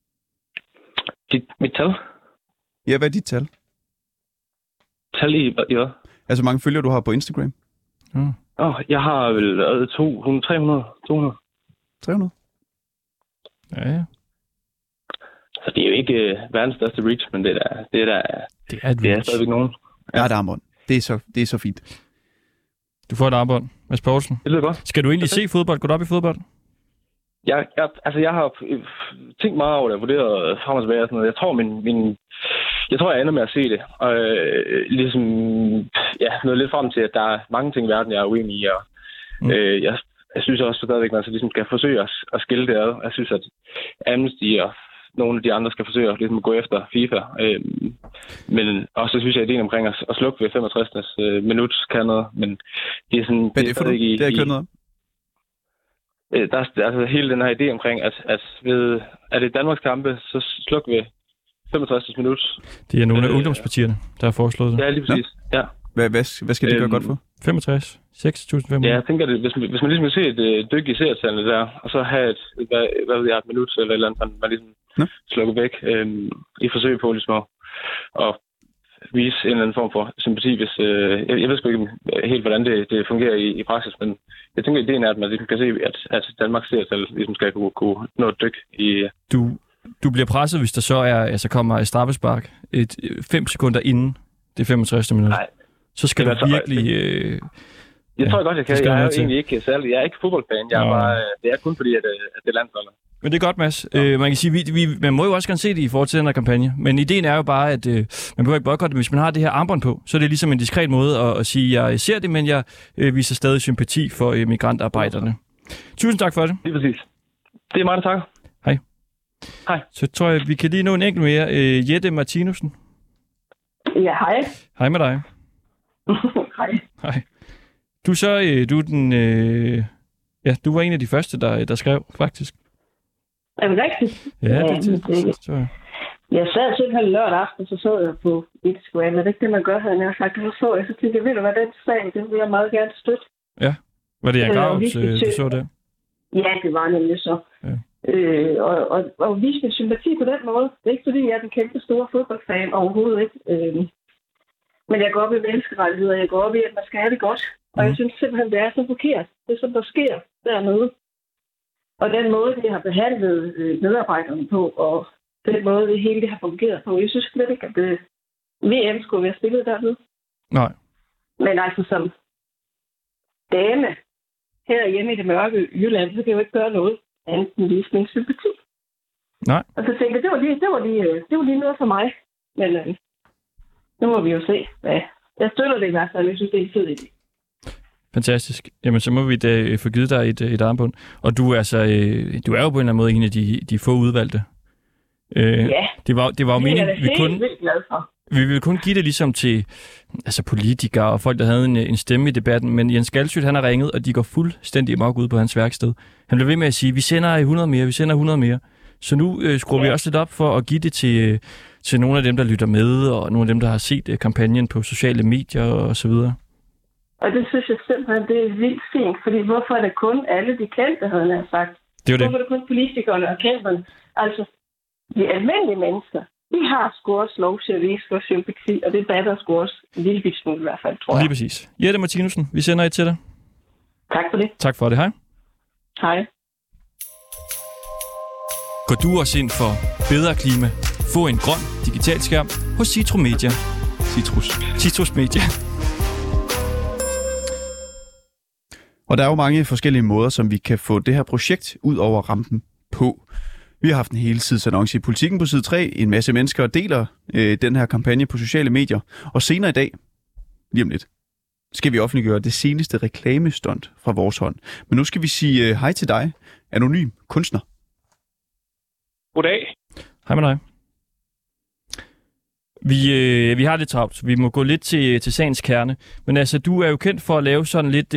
Mit tal? Ja, hvad er dit tal? Tal i hvad? Altså, mange følgere du har på Instagram? Jeg har vel 200. 300? Ja. Så det er jo ikke verdens største reach, men det er stadigvæk nogen. Ja, et armbånd. Det er så fint. Du får et armbånd, Mads Poulsen. Det lyder godt. Skal du egentlig se fodbold? Går du op i fodbold? Jeg har tænkt meget over det, og vurderet frem og tilbage og sådan noget. Jeg tror, jeg ender med at se det. Og ligesom, noget lidt frem til, at der er mange ting i verden, jeg er uenig i. Og, jeg synes også stadigvæk, at man så ligesom skal forsøge at skille det ad. Jeg synes, at Amnesty og nogle af de andre skal forsøge ligesom at gå efter FIFA. Men også synes jeg, at ideen omkring at slukke ved 65. minut kan noget. Men det er sådan... Hvad er det for noget? Det har jeg ikke hørt noget om. Der er altså hele den her idé omkring, at det Danmarks kampe, så sluk ved 65. minut. Det er nogle af ungdomspartierne, der har foreslået det. Ja, lige præcis. Ja. Hvad skal det gøre godt for? 65? 6.500? Ja, jeg tænker, hvis man ligesom kan se et dyk i seertallene der, og så have et minut eller et eller andet, man ligesom slukker væk i forsøg på ligesom at vise en eller anden form for sympati, hvis... jeg ved sgu ikke helt, hvordan det fungerer i praksis, men jeg tænker, ideen er, at man ligesom kan se, at Danmarks seertal ligesom skal kunne nå et dyk i... Du bliver presset, hvis der så kommer et straffespark 5 sekunder inden det 65. minut. Nej. Så skal du virkelig... jeg tror godt, jeg kan. Jeg er jo egentlig ikke særlig... Jeg er ikke fodboldfan. Det er kun fordi, at det er landsholdet. Men det er godt, Mads. Man kan sige, man må jo også gerne se det i forhold til den her kampagne. Men ideen er jo bare, at man behøver ikke boykotte det. Hvis man har det her armbånd på, så er det ligesom en diskret måde at sige, at jeg ser det, men jeg viser stadig sympati for migrantarbejderne. Tusind tak for det. Lige præcis. Det er mig, der takker. Hej. Så tror jeg, vi kan lige nå en enkelt mere. Jette Martinussen. Ja, hej. Hej med dig. Hej. Hej. Du var en af de første, der skrev, faktisk. Er det rigtigt? Ja, det tror jeg. Jeg sad simpelthen lørdag aften, så så jeg på Instagram. Er det ikke det, man gør, havde jeg sagt? Så jeg tænkte, ved du hvad, den sag, den vil jeg meget gerne støtte. Ja. Var det Jan Graus, du så det? Ja, det var nemlig så. Ja. Og vise min sympati på den måde. Det er ikke, fordi jeg er den kæmpe store fodboldfan overhovedet, ikke? Men jeg går op i menneskerettigheder, jeg går op i, at man skal have det godt. Og jeg synes simpelthen, det er så forkert. Det som der sker dernede. Og den måde, de har behandlet medarbejderne på, og den måde, det hele det har fungeret på. Jeg synes slet ikke, at VM skulle være spillet dernede. Nej. Men altså som dame her hjemme i det mørke Jylland, så kan jeg jo ikke gøre noget andet end vise min sympati. Nej. Og så tænkte jeg, det var lige noget for mig. Men nu må vi jo se, hvad. Jeg støtter det i hvert fald, jeg synes, det er en fed idé. Fantastisk. Jamen, så må vi da få givet dig et armbånd. Og du er jo på en eller anden måde en af de få udvalgte. Ja. Det var jo meningen, vi ville kun give det ligesom til politikere og folk, der havde en stemme i debatten, men Jens Galschiøt, han har ringet, og de går fuldstændig amok ud på hans værksted. Han blev ved med at sige, vi sender 100 mere. Så nu skruer vi også lidt op for at give det til nogle af dem, der lytter med, og nogle af dem, der har set kampagnen på sociale medier og så videre. Og det synes jeg simpelthen, det er vildt fint, fordi hvorfor er det kun alle de kendte, havde han sagt? Hvorfor er det kun politikerne og kenderne? Altså, de almindelige mennesker, de har sgu også lov til at vise vores sympati, og det batter sgu også en lille bit smule i hvert fald, tror jeg. Lige præcis. Jette Martinussen, vi sender et til dig. Tak for det. Tak for det. Hej. Hej. Går du også ind for bedre klima? Få en grøn digital skærm hos Citrus Media. Og der er jo mange forskellige måder, som vi kan få det her projekt ud over rampen på. Vi har haft en helsidesannonce i Politikken på side 3. En masse mennesker deler den her kampagne på sociale medier. Og senere i dag, lige om lidt, skal vi offentliggøre det seneste reklamestunt fra vores hånd. Men nu skal vi sige hej til dig, anonym kunstner. Goddag. Hej med dig. Vi har lidt travlt, vi må gå lidt til sagens kerne. Men altså, du er jo kendt for at lave sådan lidt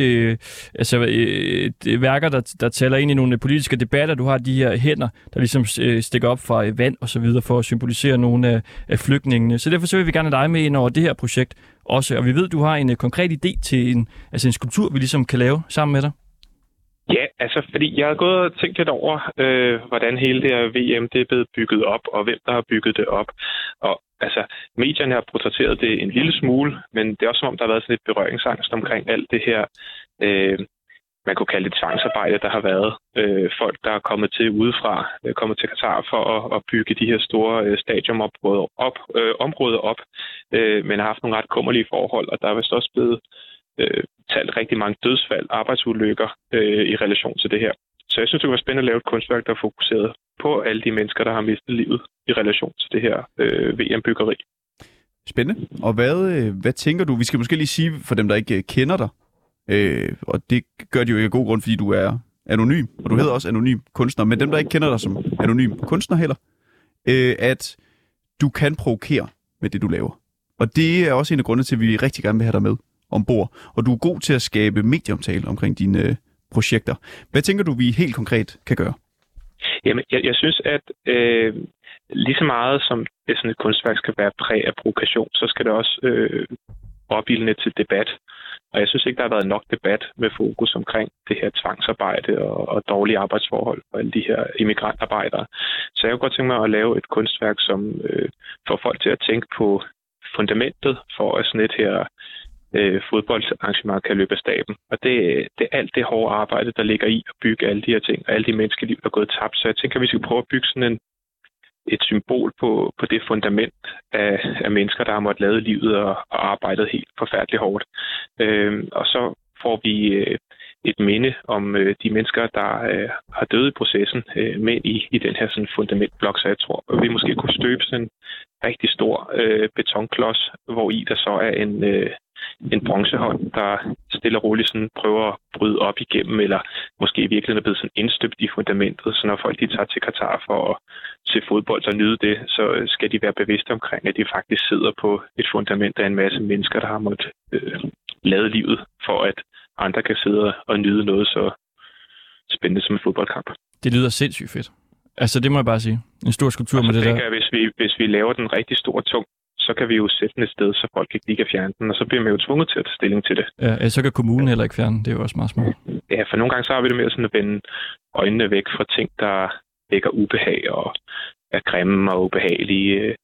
værker, der tæller ind i nogle politiske debatter. Du har de her hænder, der ligesom stikker op fra vand og så videre for at symbolisere nogle af flygtningene. Så derfor så vil vi gerne have dig med ind over det her projekt også. Og vi ved, du har en konkret idé til en skulptur, vi ligesom kan lave sammen med dig. Ja, altså fordi jeg har gået og tænkt lidt over, hvordan hele det her VM det er blevet bygget op, og hvem der har bygget det op. Og altså, medierne har portrætteret det en lille smule, men det er også som om, der har været sådan lidt berøringsangst omkring alt det her, man kunne kalde det tvangsarbejde, der har været. Folk, der er kommet til udefra, kommet til Katar for at bygge de her store stadionområder op, men har haft nogle ret kummerlige forhold, og der er vist også blevet talt rigtig mange dødsfald, arbejdsulykker i relation til det her. Så jeg synes, det var spændende at lave et kunstværk, der fokuserede på alle de mennesker, der har mistet livet i relation til det her VM-byggeri. Spændende. Og hvad tænker du? Vi skal måske lige sige for dem, der ikke kender dig, og det gør de jo ikke af god grund, fordi du er anonym, og du hedder også anonym kunstner, men dem, der ikke kender dig som anonym kunstner heller, at du kan provokere med det, du laver. Og det er også en af grundene til, at vi rigtig gerne vil have dig med ombord. Og du er god til at skabe medieomtale omkring dine projekter. Hvad tænker du, vi helt konkret kan gøre? Jamen, jeg synes, at lige så meget som sådan et kunstværk skal være præg af provokation, så skal det også opildne til debat. Og jeg synes ikke, der har været nok debat med fokus omkring det her tvangsarbejde og dårlige arbejdsforhold for alle de her immigrantarbejdere. Så jeg kunne godt tænke mig at lave et kunstværk, som får folk til at tænke på fundamentet for, at sådan et her fodboldarrangement kan løbe af staben. Og det er alt det hårde arbejde, der ligger i at bygge alle de her ting, og alle de menneskeliv, der er gået tabt. Så jeg tænker, at vi skal prøve at bygge sådan et symbol på det fundament af mennesker, der har måttet lade livet og arbejdet helt forfærdeligt hårdt. Og så får vi et minde om de mennesker, der har døde i processen med i den her sådan fundamentblok. Så jeg tror, at vi måske kunne støbe sådan en rigtig stor betonklods, hvor i der så er en bronzehånd, der stille og roligt sådan prøver at bryde op igennem, eller måske i virkeligheden er blevet sådan indstøbt i fundamentet. Så når folk de tager til Katar for at se fodbold og nyde det, så skal de være bevidste omkring, at de faktisk sidder på et fundament af en masse mennesker, der har måttet lave livet for, at andre kan sidde og nyde noget så spændende som en fodboldkamp. Det lyder sindssygt fedt. Altså, det må jeg bare sige. En stor skulptur med det der. Jeg, hvis vi laver den rigtig store tung, så kan vi jo sætte den et sted, så folk ikke lige kan fjerne den, og så bliver man jo tvunget til at tage stilling til det. Ja, så kan kommunen heller ikke fjerne den. Det er jo også meget smart. Ja, for nogle gange så har vi det med sådan at vende øjnene væk fra ting, der vækker ubehag og er grimme og ubehagelige.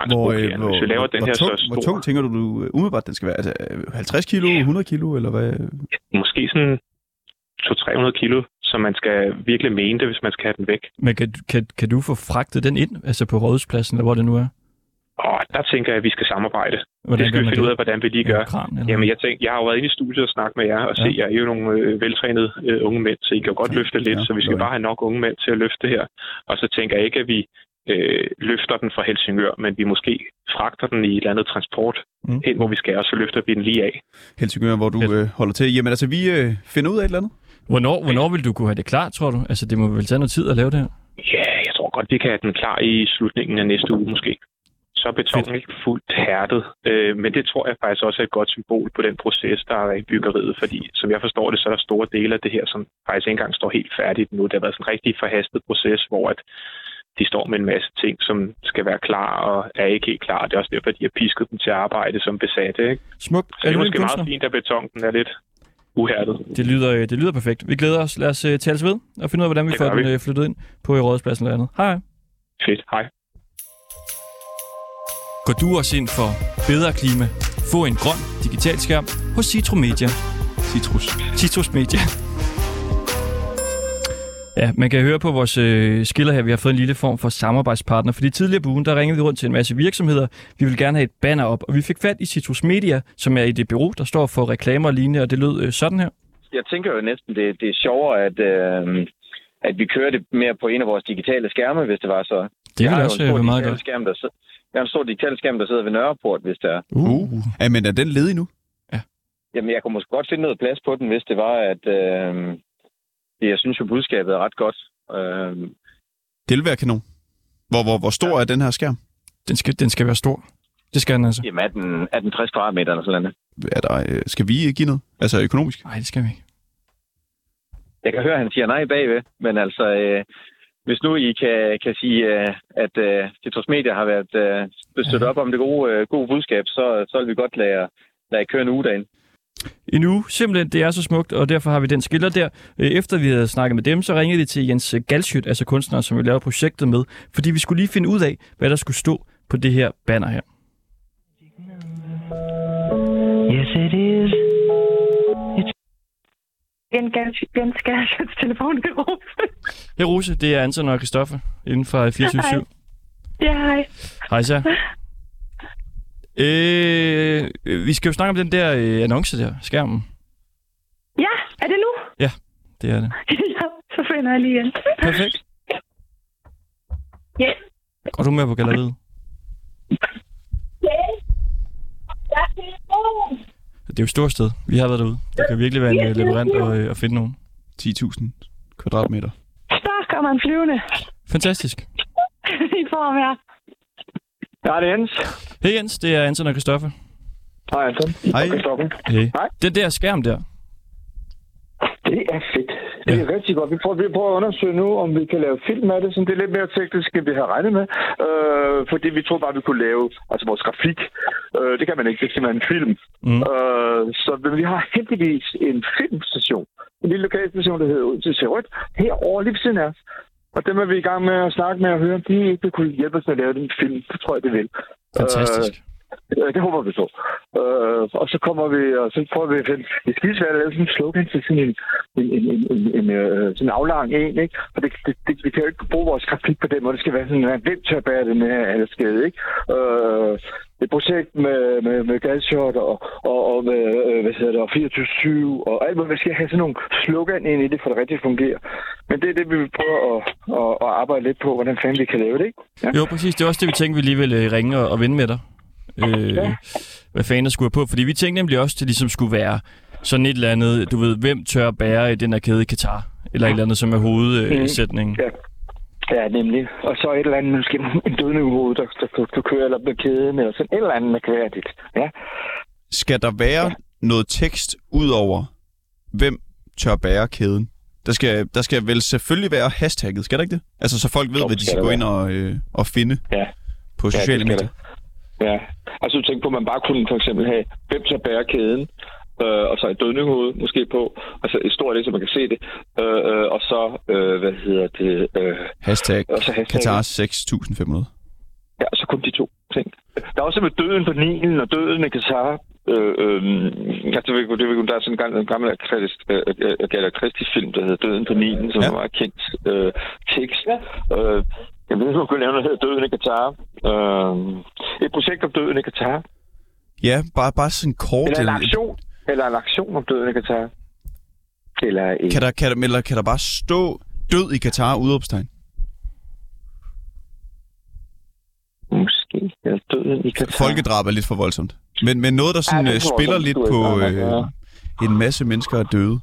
Hvor tung tænker du umiddelbart, den skal være? Altså 50 kilo, 100 kilo, eller hvad? Måske sådan 200-300 kilo, så man skal virkelig mene det, hvis man skal have den væk. Men kan du få fragtet den ind, altså på Rådhuspladsen, eller hvor det nu er? Der tænker jeg, at vi skal samarbejde. Hvordan det skal vi finde ud af, hvordan vi lige gør. Jamen, jeg har jo været inde i studiet og snakket med jer, og se, jeg er jo nogle veltrænede unge mænd, så I kan godt løfte lidt, så vi skal bare have nok unge mænd til at løfte det her. Og så tænker jeg ikke, at vi løfter den fra Helsingør, men vi måske fragter den i et eller andet transport hen, hvor vi skal, og så løfter vi den lige af. Helsingør, hvor du holder til. Jamen altså, vi finder ud af et eller andet. Hvornår vil du kunne have det klar, tror du? Altså, det må vel tage noget tid at lave det her? Ja, jeg tror godt, vi kan have den klar i slutningen af næste uge måske. Så er betonen ikke fuldt hærdet, men det tror jeg faktisk også er et godt symbol på den proces, der er i byggeriet, fordi som jeg forstår det, så er der store dele af det her, som faktisk ikke engang står helt færdigt nu. Det har været sådan en rigtig forhastet proces, hvor at de står med en masse ting, som skal være klar og er ikke helt klar. Det er også derfor, de har pisket dem til at arbejde som besatte. Ikke? Smukt. Så det er måske meget fint, at betonen er lidt uhærdet. Det lyder perfekt. Vi glæder os. Lad os tales ved og finde ud af, hvordan vi får den flyttet ind på Rådhuspladsen eller andet. Hej. Fedt. Hej. Går du også ind for bedre klima? Få en grøn digital skærm hos Citromedia. Citrus Media. Ja, man kan høre på vores skiller her, vi har fået en lille form for samarbejdspartner. Fordi tidligere på ugen, der ringede vi rundt til en masse virksomheder. Vi vil gerne have et banner op, og vi fik fat i Citrus Media, som er i det bureau, der står for reklamer og lignende, og det lød sådan her. Jeg tænker jo næsten, det er sjovere, at vi kører det mere på en af vores digitale skærme, hvis det var så. Det vil også være meget godt. Jeg har en stor digital skærm, der sidder ved Nørreport, hvis det er. Ja, men er den ledig nu? Ja. Jamen, jeg kunne måske godt finde noget plads på den, hvis det var, at jeg synes jo, budskabet er ret godt. Det vil være kanon. Hvor stor er den her skærm? Den skal være stor. Det skal den altså. Jamen, er den 60 kvadratmeter eller sådan noget? Skal vi give noget? Altså økonomisk? Nej, det skal vi ikke. Jeg kan høre, at han siger nej bagved, men altså... Hvis nu I kan sige, at Citrus Media har været støttet op om det gode budskab, så vil vi godt lade køre en uge derinde. En uge, simpelthen, det er så smukt, og derfor har vi den skiller der. Efter vi havde snakket med dem, så ringede de til Jens Galschiøt, altså kunstneren, som vi laver projektet med, fordi vi skulle lige finde ud af, hvad der skulle stå på det her banner her. Yes, it is. Jens Galschiøts telefon til Rose. Hej Rose, det er Anton og Christoffer inden fra 24/7. Ja, hej. Hej så. Vi skal jo snakke om den der annonce der, skærmen. Ja, er det nu? Ja, det er det. Ja, så finder jeg lige igen. Perfekt. Ja. Går du med på galleriet? Det er jo et stort sted. Vi har været derude. Det kan virkelig være en labyrint at finde nogen. 10.000 kvadratmeter. Så kommer en flyvende. Fantastisk. I form her. Ja, det er Jens. Hej Jens, det er Anton og Christoffer. Hej Anton. Hej. Hey. Hej. Den der skærm der. Det er fedt. Det er rigtig godt. Vi prøver at undersøge nu, om vi kan lave film af det, så det er lidt mere teknisk, end vi har regnet med. Fordi vi tror bare, vi kunne lave vores grafik. Det kan man ikke. Det er simpelthen en film. Så vi har heldigvis en filmstation. En lille lokalstation, der hedder Ud til Sørøt. Herovre lige ved siden af os. Og dem er vi i gang med at snakke med og høre. De ikke kunne hjælpe os med at lave den film. Det tror jeg, det vil. Fantastisk. Det håber vi så. Og så kommer vi, og så prøver vi at finde et skidesvært at lave sådan en slogan til sådan en aflang en, ikke? Og vi kan jo ikke bruge vores grafik på den måde. Det skal være sådan en hvem tør bære den her skade, ikke? Et projekt med Galschiøt og med, 24/7 og alt muligt. Vi skal have sådan nogle slogan ind i det, for det rigtig fungerer. Men det er det, vi vil prøve at arbejde lidt på, hvordan fanden vi kan lave det, ikke? Ja. Jo, præcis. Det er også det, vi tænker, vi lige vil ringe og vende med dig. hvad fanden der skulle have på. Fordi vi tænkte nemlig også, at det ligesom skulle være sådan et eller andet, du ved, hvem tør bære i den her kæde i Katar? Eller et eller andet, som er hovedsætningen. Ja, nemlig. Og så et eller andet, måske en dødningehoved, der kan køre eller med kæden, eller sådan et eller andet mærkværdigt. Ja. Skal der være noget tekst ud over, hvem tør bære kæden? Der skal vel selvfølgelig være hashtagget, skal der ikke det? Altså, så folk ved, hvad de skal gå ind og finde på sociale medier. Ja, altså du tænker på, at man bare kunne for eksempel have, hvem tør bære kæden, og så et dødningehoved måske på, altså et stort det, så man kan se det, og så, hashtag Qatar 6500. Ja, så kun de 2 ting. Der er også med døden på Nilen og døden i Qatar. Der er sådan en gammel Agatha Christie-film, der hedder Døden på Nilen, som er meget kendt tekst. Jeg ved ikke, om man kunne lave noget, der hedder Døden i Qatar. Et projekt om døden i Qatar. Ja, bare sådan kort. Eller en aktion om døden i Qatar. Kan der bare stå død i Qatar, udråbstegn? Måske. Ja, døden i Qatar. Folkedrab er lidt for voldsomt. Men noget, der sådan spiller lidt på en masse mennesker er døde.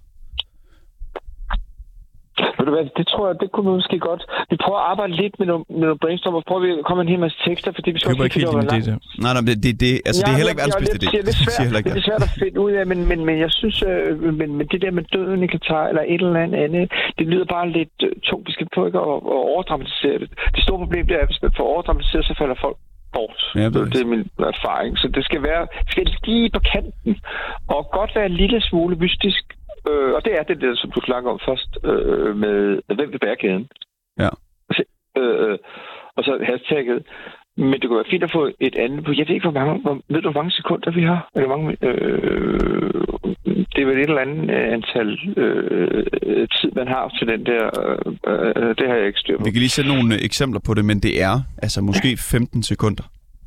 Ved du hvad, det tror jeg, det kunne vi måske godt. Vi prøver at arbejde lidt med nogle brainstorm, og prøver at komme en hel masse tekster, fordi vi skal ikke helt det der. Nej, altså det er heller ikke verdens bedste idé. Det er svært at finde ud af, men jeg synes, men det der med døden i Qatar, eller et eller andet, det lyder bare lidt tungt. Vi skal prøve ikke at overdramatisere det. Det store problem det er, at hvis man får overdramatiseret, så falder folk bort. Ja, det er min erfaring. Så det skal lige på kanten, og godt være en lille smule mystisk. Og det er det der, som du snakker om først, med hvem vil bære kæden. Ja. Og så hashtagget. Men det kunne være fint at få et andet på. Jeg ved ikke, ved du, hvor mange sekunder vi har? Eller mange, det er vel et eller andet antal tid, man har til den der. Det har jeg ikke styr på. Vi kan lige sætte nogle eksempler på det, men det er altså måske 15 sekunder.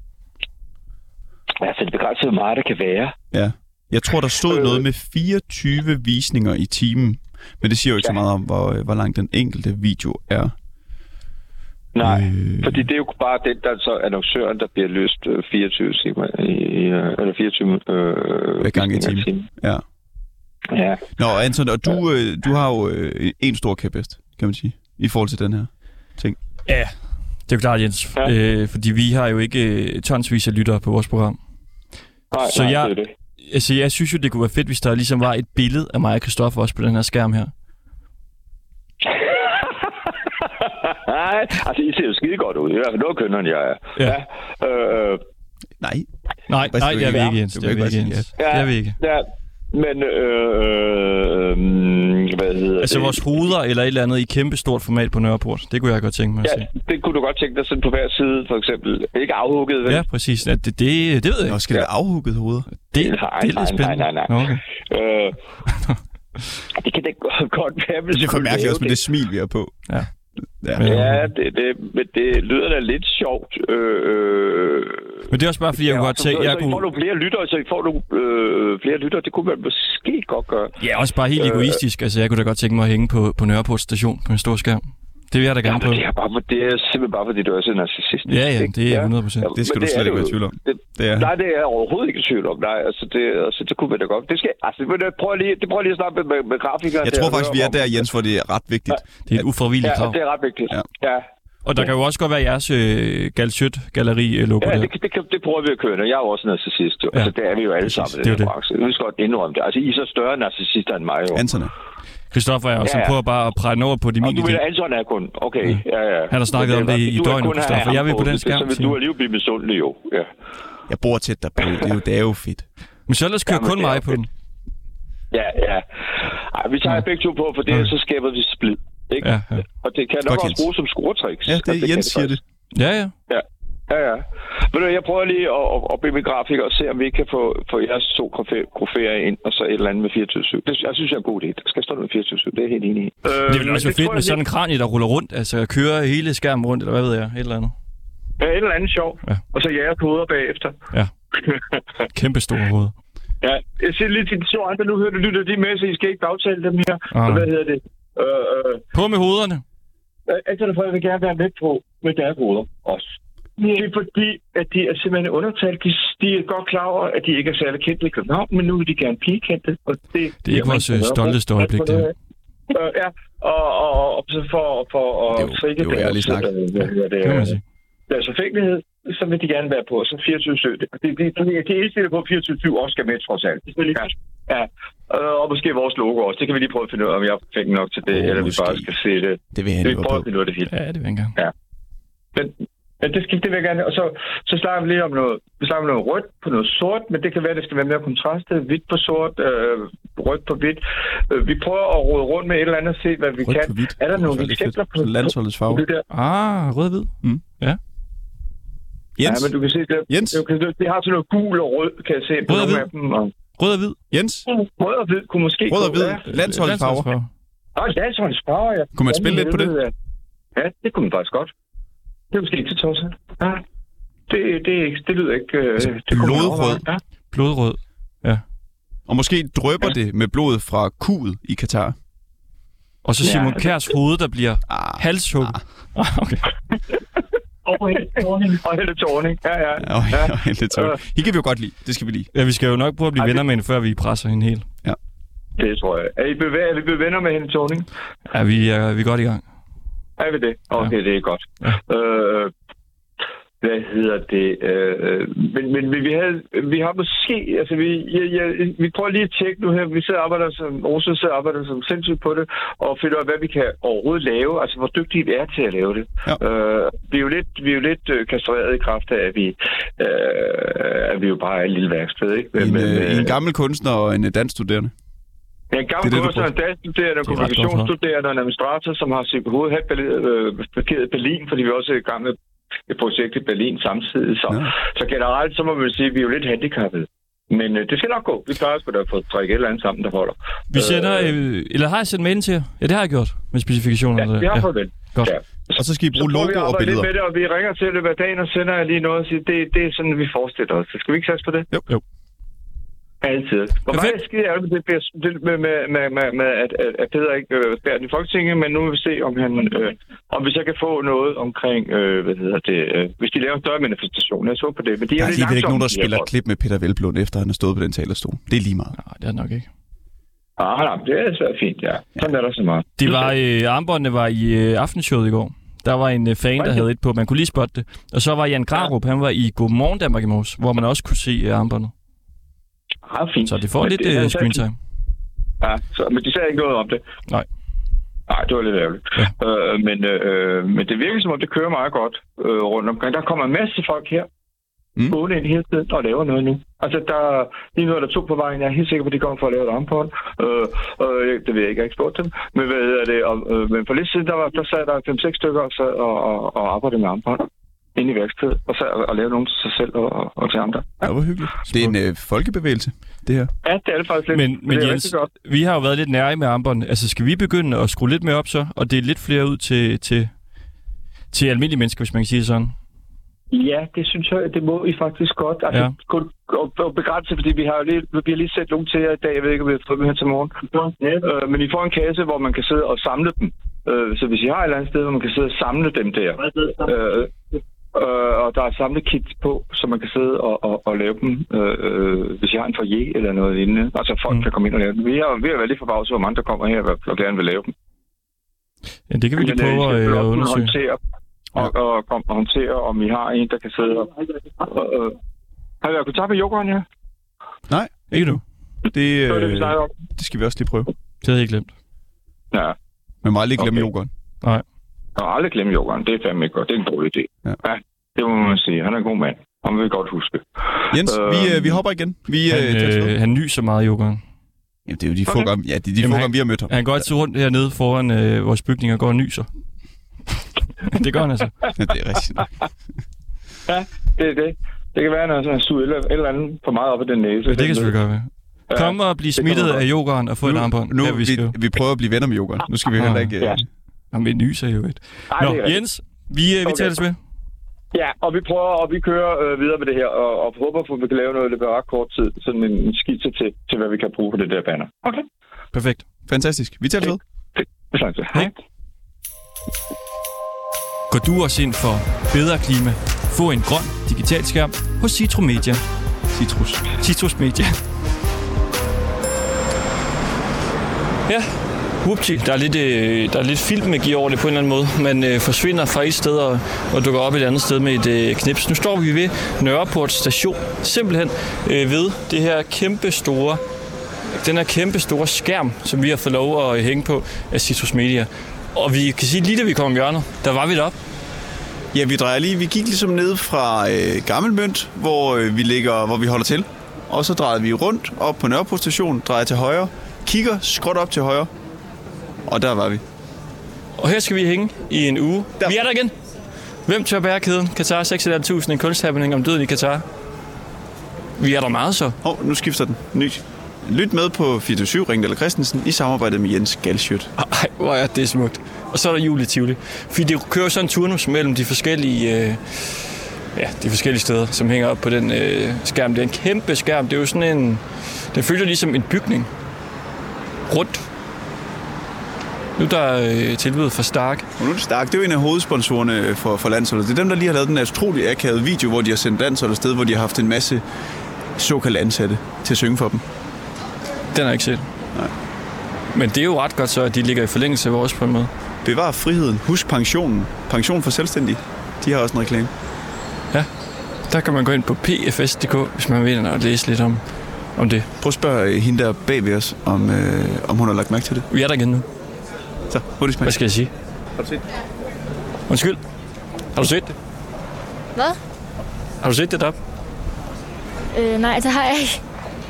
Ja, så det begrænser, hvor meget det kan være. Ja. Jeg tror, der stod noget med 24 visninger i timen, men det siger jo ikke så meget om, hvor lang den enkelte video er. Nej, fordi det er jo bare den, der så annoncøren, der bliver løst 24 timer eller 24 hver gang i timen. Ja. Nå, Anton, og du har jo en stor kæphest, kan man sige, i forhold til den her ting. Ja, det er jo klart, Jens, fordi vi har jo ikke tonsvis af lyttere på vores program. Nej, det er det. Altså, jeg synes jo, det kunne være fedt, hvis der ligesom var et billede af mig og Christoffer også på den her skærm her. Altså, I ser jo skide godt ud. I hvert fald noget kønnere, end jeg er. Ja. Nej, det er vi ikke, Jens. Det er vi ikke. Ja, men, hvad hedder altså, vores hoveder eller et eller andet i kæmpestort format på Nørreport. Det kunne jeg godt tænke mig at se. Ja, det kunne du godt tænke dig sådan på hver side, for eksempel. Ikke afhugget, vel? Ja, præcis. Ja, det ved jeg ikke. Skal det være afhugget hoveder? Det er lidt spændende. Nej. Okay. Det kan da godt være, det bliver for mærkeligt også med det smil, vi har på. Ja. Ja, men det lyder da lidt sjovt. Men det er også bare, fordi jeg kunne godt tænke... Så får du flere lyttere, det kunne man måske godt gøre. Ja, også bare helt egoistisk. Altså, jeg kunne da godt tænke mig at hænge på Nørreport station på en stor skærm. Det vil jeg da gerne på. Det er simpelthen bare, fordi du er sådan en narcissist. Ja, det er 100%. Det skal du slet ikke være i tvivl om. Nej, det er jeg overhovedet ikke i tvivl om. Nej, altså det kunne man da godt. Prøv lige at snakke med grafikeren. Jeg tror faktisk, vi er der, Jens, hvor det er ret vigtigt. Det er et ufravilligt krav. Ja, det er ret vigtigt. Ja. Og der kan jo også godt være jeres Galsjøt-galleri-logo der. Ja, det prøver vi at køre. Jeg er jo også en narcissist. Jo. Ja. Altså, det er vi jo alle sammen i den branche. Vi skal godt indrømme det. Altså, I er så større narcissister end mig. Jo. Anton. Christoffer er også prøver bare at prænde over på de mini. Du vil Anton er kun. Okay, ja. Han har snakket om det i døgnet, Christoffer. Jeg vil på den skærm. Så vil du alligevel blive misundelig, jo. Ja. Jeg bor tæt derpå. Det er jo fedt. Men så lad os køre kun mig på den. Ja. Ej, vi tager begge to på, for det så skaber vi splid. Ikke? Ja. Og det kan nok også bruges som scoretricks. Ja, det Jens siger det. Ja. Men jeg prøver lige at bede min grafiker og se, om vi ikke kan få jeres 2 graferier ind, og så et eller andet med 24/7. Det jeg synes jeg er en god idé. Der skal stå noget med 24/7, det er helt enig i. Det vil også være fedt med sådan en kranie, der ruller rundt, altså køre hele skærmen rundt, eller hvad ved jeg, et eller andet. Ja, et eller andet sjov. Ja. Og så jeres hoveder bagefter. Ja. Kæmpe store hoveder. Ja, jeg siger lige til de to andre, nu lytter de med, så I skal ikke bagtale dem her. Så hvad hedder det? På med hovederne. Altså, jeg vil gerne være med på med deres hoveder også. Det er fordi, at de er simpelthen undertalt. De er godt klar over, at de ikke er særlig kendte i København, men nu vil de gerne blive kendte. Og det er ikke vores stolteste øjeblik, det her. Ja, og så for at trigge deres forfængelighed, så vil de gerne være på. Så 24/7. Det er indstillet på, at 24/7 også skal med, trods alt. Ja. Og måske vores logo også. Det kan vi lige prøve at finde ud af, om jeg er fængende nok til det, eller vi bare skal se det. Det vil jeg vi prøve at finde ud af det hele. Ja, det vil jeg gerne. Ja. Men det vil jeg gerne. Og så snakker vi lige om noget. Vi snakker om noget rødt på noget sort, men det kan være, at det skal være mere kontrastet. Hvidt på sort, rødt på hvidt. Vi prøver at rode rundt med et eller andet og se, hvad vi rødt kan. På hvidt. Er der nogle eksempler på landsholdets farve? Rød-hvid. Ja. Jens? Ja, men du kan se, det har sådan noget gul og rød, kan jeg se. Rød og hvid. Rød og hvid. Jens? Rød og hvid kunne måske... Rød og hvid. Landsholdets farver. Landsholdets farver, ja. Kunne man spille lidt på det? Ja, det kunne man faktisk godt. Det er måske ikke til tosset. Ja. Det lyder ikke... Blodrød. Ja. Blodrød, ja. Og måske drøber det med blodet fra kuget i Katar. Og så Simon Kjærs hoved, der bliver halshugget. Okay. Og Helle Thorning. Ja. Og Helle Thorning. Hende kan vi jo godt lide. Det skal vi lige. Ja, vi skal jo nok prøve at blive venner med hende, før vi presser hende helt. Ja. Det tror jeg. Er vi blevet venner med Helle Thorning? Ja, vi er godt i gang. Er vi det? Okay, det er godt. Ja. Hvad hedder det? Men vi har måske... Altså, vi prøver lige at tjekke nu her. Vi sidder og arbejder som sindssygt på det, og finder ud af, hvad vi kan overhovedet lave. Altså, hvor dygtige vi er til at lave det. Ja. Vi er jo lidt kastreret i kraft af, at vi jo bare er et lille værksted, ikke? En gammel kunstner og en dansstuderende. En gammel kunstner, en dansstuderende, en kommunikationsstuderende og en administrator, som har sit hoved parkeret i Berlin, fordi vi også er i gang med et projekt i Berlin samtidig. Så generelt, så må man sige, at vi er jo lidt handicappede. Men det skal nok gå. Vi plejer sgu da at få trækket et eller andet sammen, der holder. Vi sender... eller har jeg sendt mailen til jer? Ja, det har jeg gjort med specifikationerne. Ja, vi har fået det. Godt. Ja. Og så skal I bruge logo og billeder. Lidt med det, og vi ringer til løbet af dagen og sender lige noget og siger, det er sådan, vi forestiller os. Så skal vi ikke satse på det? Jo. Altid. Hvor meget skide er det med at Peter ikke bærer den i Folketinget, men nu vil vi se, om vi så kan få noget omkring, hvis de laver en større manifestation. Jeg så på det. Men der er alligevel ikke nogen, der spiller klip med Peter Velblom, efter han har stået på den talerstol. Det er lige meget. Nej, det er nok ikke. Nej, det er så fint, ja. Sådan er der så meget. Armbåndene var i aftenshowet i går. Der var en fan, der havde et på. Man kunne lige spotte det. Og så var Jan Grarup, han var i Godmorgen Danmark i morges, hvor man også kunne se armbåndet. Fint. Så det får lidt screentime. Ja, men de sagde ikke noget om det. Nej, det var lidt ærgerligt. Ja. Men det virker som om, det kører meget godt rundt omkring. Der kommer en masse folk her, gående ind hele tiden og laver noget nu. Altså, lige nu er der 2 på vejen. Jeg er helt sikker på, at de kommer for at lave et armbånd. Det ved jeg ikke, jeg har ikke spurgt dem. Men hvad hedder det? Men for lidt siden, der sad der 5-6 stykker og arbejdede med armbånd inde i værkstedet, og lave nogen til sig selv og til andre. Ja, det var hyggeligt. Det er en folkebevægelse, det her. Ja, det er det faktisk lidt. Men Jens, vi har jo været lidt nære med armbånd. Altså, skal vi begynde at skrue lidt mere op så, og det er lidt flere ud til almindelige mennesker, hvis man kan sige sådan? Ja, det synes jeg, det må I faktisk godt. Altså, og begrænse, fordi vi har lige set nogle til jer i dag. Jeg ved ikke, om vi har fået dem her til morgen. Men I får en kasse, hvor man kan sidde og samle dem. Så hvis I har et eller andet sted, hvor man kan sidde og samle dem der, og der er samlekit på, så man kan sidde og lave dem, hvis jeg har en foyer eller noget lignende. Altså folk kan komme ind og lave dem. Vi har været lidt forbavset, hvor mange der kommer her og gerne vil lave dem. Ja, det kan vi lige prøve at undersøge. Og håndtere, om I har en, der kan sidde og... Har jeg kunnet tage med yoghurt her? Nej, ikke nu. Det skal vi også lige prøve. Det havde jeg glemt. Ja. Men må aldrig glemme yoghurt. Nej. Jeg har aldrig glemme yoghurt. Det er fandme ikke godt. Det er en god idé. Ja, det må man sige. Han er en god mand. Han vil godt huske. Jens, vi hopper igen. Han nyser meget yoghurt. Jamen, det er jo de få gange, få gange, vi har mødt ham. Han går altid rundt hernede foran vores bygninger og går og nyser. Det gør han altså. Ja, det er rigtigt. Ja, det er det. Det kan være, at han har suget et eller andet for meget op i den næse. Ja, det kan selvfølgelig godt være. Kom og blive smittet af yoghurten og få et armbånd. Nu vi prøver at blive venner med yoghurt. Nu skal vi heller ikke... Jamen, vi nyser jo et. Nå, Jens, vi tales med. Ja, og vi kører videre med det her, og håber på, at vi kan lave noget, det bliver ret kort tid. Sådan en skitse til, hvad vi kan bruge på det der banner. Okay. Perfekt. Fantastisk. Vi tales ved. Hej. Går du også ind for bedre klima, få en grøn digital skærm hos Citro Media. Citrus Media. Ja, whoopty. Der er lidt filmmagi over det på en eller anden måde. Man forsvinder fra et sted og dukker op et andet sted med et knips. Nu står vi ved Nørreport station. Simpelthen ved det her kæmpe store skærm, som vi har fået lov at hænge på af Citrus Media. Og vi kan sige, lige da vi kom om hjørnet, der var vi deroppe. Ja, vi gik ligesom ned fra Gammelmønt, hvor vi holder til. Og så drejede vi rundt op på Nørreport station, drejer til højre, kigger skråt op til højre. Og der var vi. Og her skal vi hænge i en uge. Vi er der igen. Hvem tør bære kæden? Qatar 6.500, en kunsthappening om døden i Qatar. Vi er der meget så. Nu skifter den. Ny. Lyt med på 24/7 Ringdal Christensen i samarbejde med Jens Galschiøt. Ej, hvor er det smukt. Og så er der jul i Tivoli. Fordi det kører sådan en turnus mellem de forskellige steder, som hænger op på den skærm. Det er en kæmpe skærm. Det er jo sådan en... Den følger ligesom en bygning. Rundt. Nu der er tilbud for Stark. Og nu er det Stark. Det er jo en af hovedsponsorerne for landsholdet. Det er dem, der lige har lavet den her utrolig akavede video, hvor de har sendt landsholdet sted, hvor de har haft en masse såkaldte ansatte til at synge for dem. Den har jeg ikke set. Nej. Men det er jo ret godt så, at de ligger i forlængelse af vores på en måde. Bevar friheden. Husk pensionen. Pension for selvstændige. De har også en reklame. Ja. Der kan man gå ind på pfs.dk, hvis man vil og læse lidt om det. Prøv at spørge hende der bag ved os, om hun har lagt mærke til det. Vi er der igen nu. Så, hurtigt smag. Hvad skal jeg sige? Har du set det? Undskyld. Har du set det? Hvad? Har du set det deroppe? Nej, det har jeg ikke.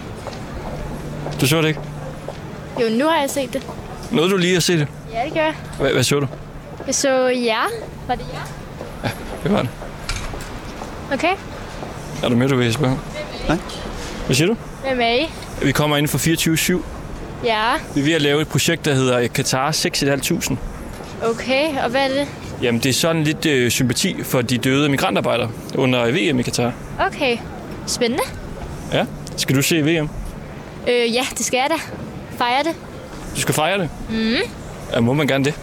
Du så det ikke? Jo, nu har jeg set det. Nåede du lige at se det? Ja, det gør jeg. Hvad så du? Jeg så jer. Var det jer? Ja, det var det. Okay. Er du med, du vil spørge? Nej. Hvad siger du? Hvem er I? Vi kommer ind fra 24/7. Ja. Vi er ved at lave et projekt, der hedder Qatar 6.500. Okay, og hvad er det? Jamen, det er sådan lidt sympati for de døde migrantarbejdere under VM i Qatar. Okay. Spændende. Ja. Skal du se VM? Ja, det skal jeg da. Fejre det. Du skal fejre det? Mhm. Ja, må man gerne det?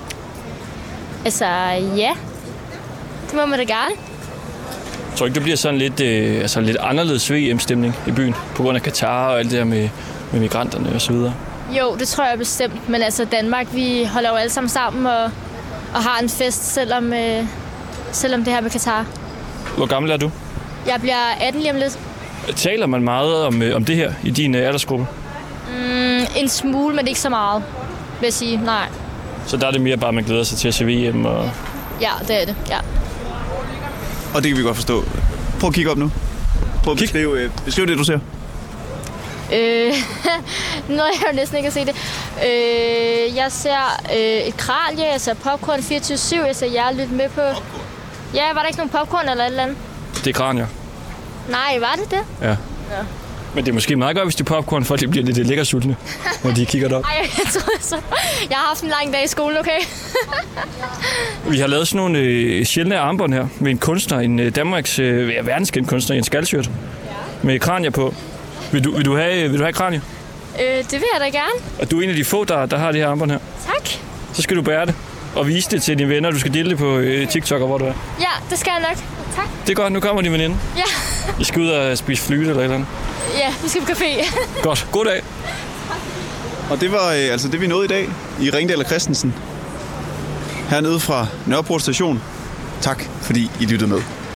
Altså, ja. Det må man da gerne. Jeg tror ikke, det bliver sådan lidt anderledes VM-stemning i byen, på grund af Qatar og alt det der med migranterne og så videre. Jo, det tror jeg bestemt. Men altså, Danmark, vi holder jo alle sammen og har en fest, selvom det her med Qatar. Hvor gammel er du? Jeg bliver 18 lige om lidt. Taler man meget om det her i din aldersgruppe? En smule, men ikke så meget, vil jeg sige. Nej. Så der er det mere bare, at man glæder sig til at se VM? Og... Ja, det er det. Ja. Og det kan vi godt forstå. Prøv at kigge op nu. Prøv at beskrive det, du ser. Nu er jeg jo næsten ikke at se det. Jeg ser et kralje, jeg ser popcorn 24/7, jeg ser jer lidt med på... Ja, var der ikke nogen popcorn eller et eller andet? Det er kranier. Nej, var det det? Ja. Men det er måske meget godt, hvis de popcorn, for at de bliver lidt lækker sultne, når de kigger derop. Ej, jeg tror så. Jeg har haft en lang dag i skolen, okay? Vi har lavet sådan nogle sjældne armbånd her med en kunstner, en Danmarks verdenskendt kunstner, Jens Galschiøt, med kranier på. Vil du have kranier? Det vil jeg da gerne. Og du er en af de få, der har det her armbånd her. Tak. Så skal du bære det og vise det til dine venner. Du skal dele det på TikTok, og hvor du er. Ja, det skal jeg nok. Tak. Det er godt, nu kommer din veninde. Ja. I skal ud og spise flyte eller et eller andet. Ja, vi skal på café. Godt. God dag. Og det var altså det, vi nåede i dag i Ringdal Christensen. Hernede fra Nørreport station. Tak, fordi I lyttede med.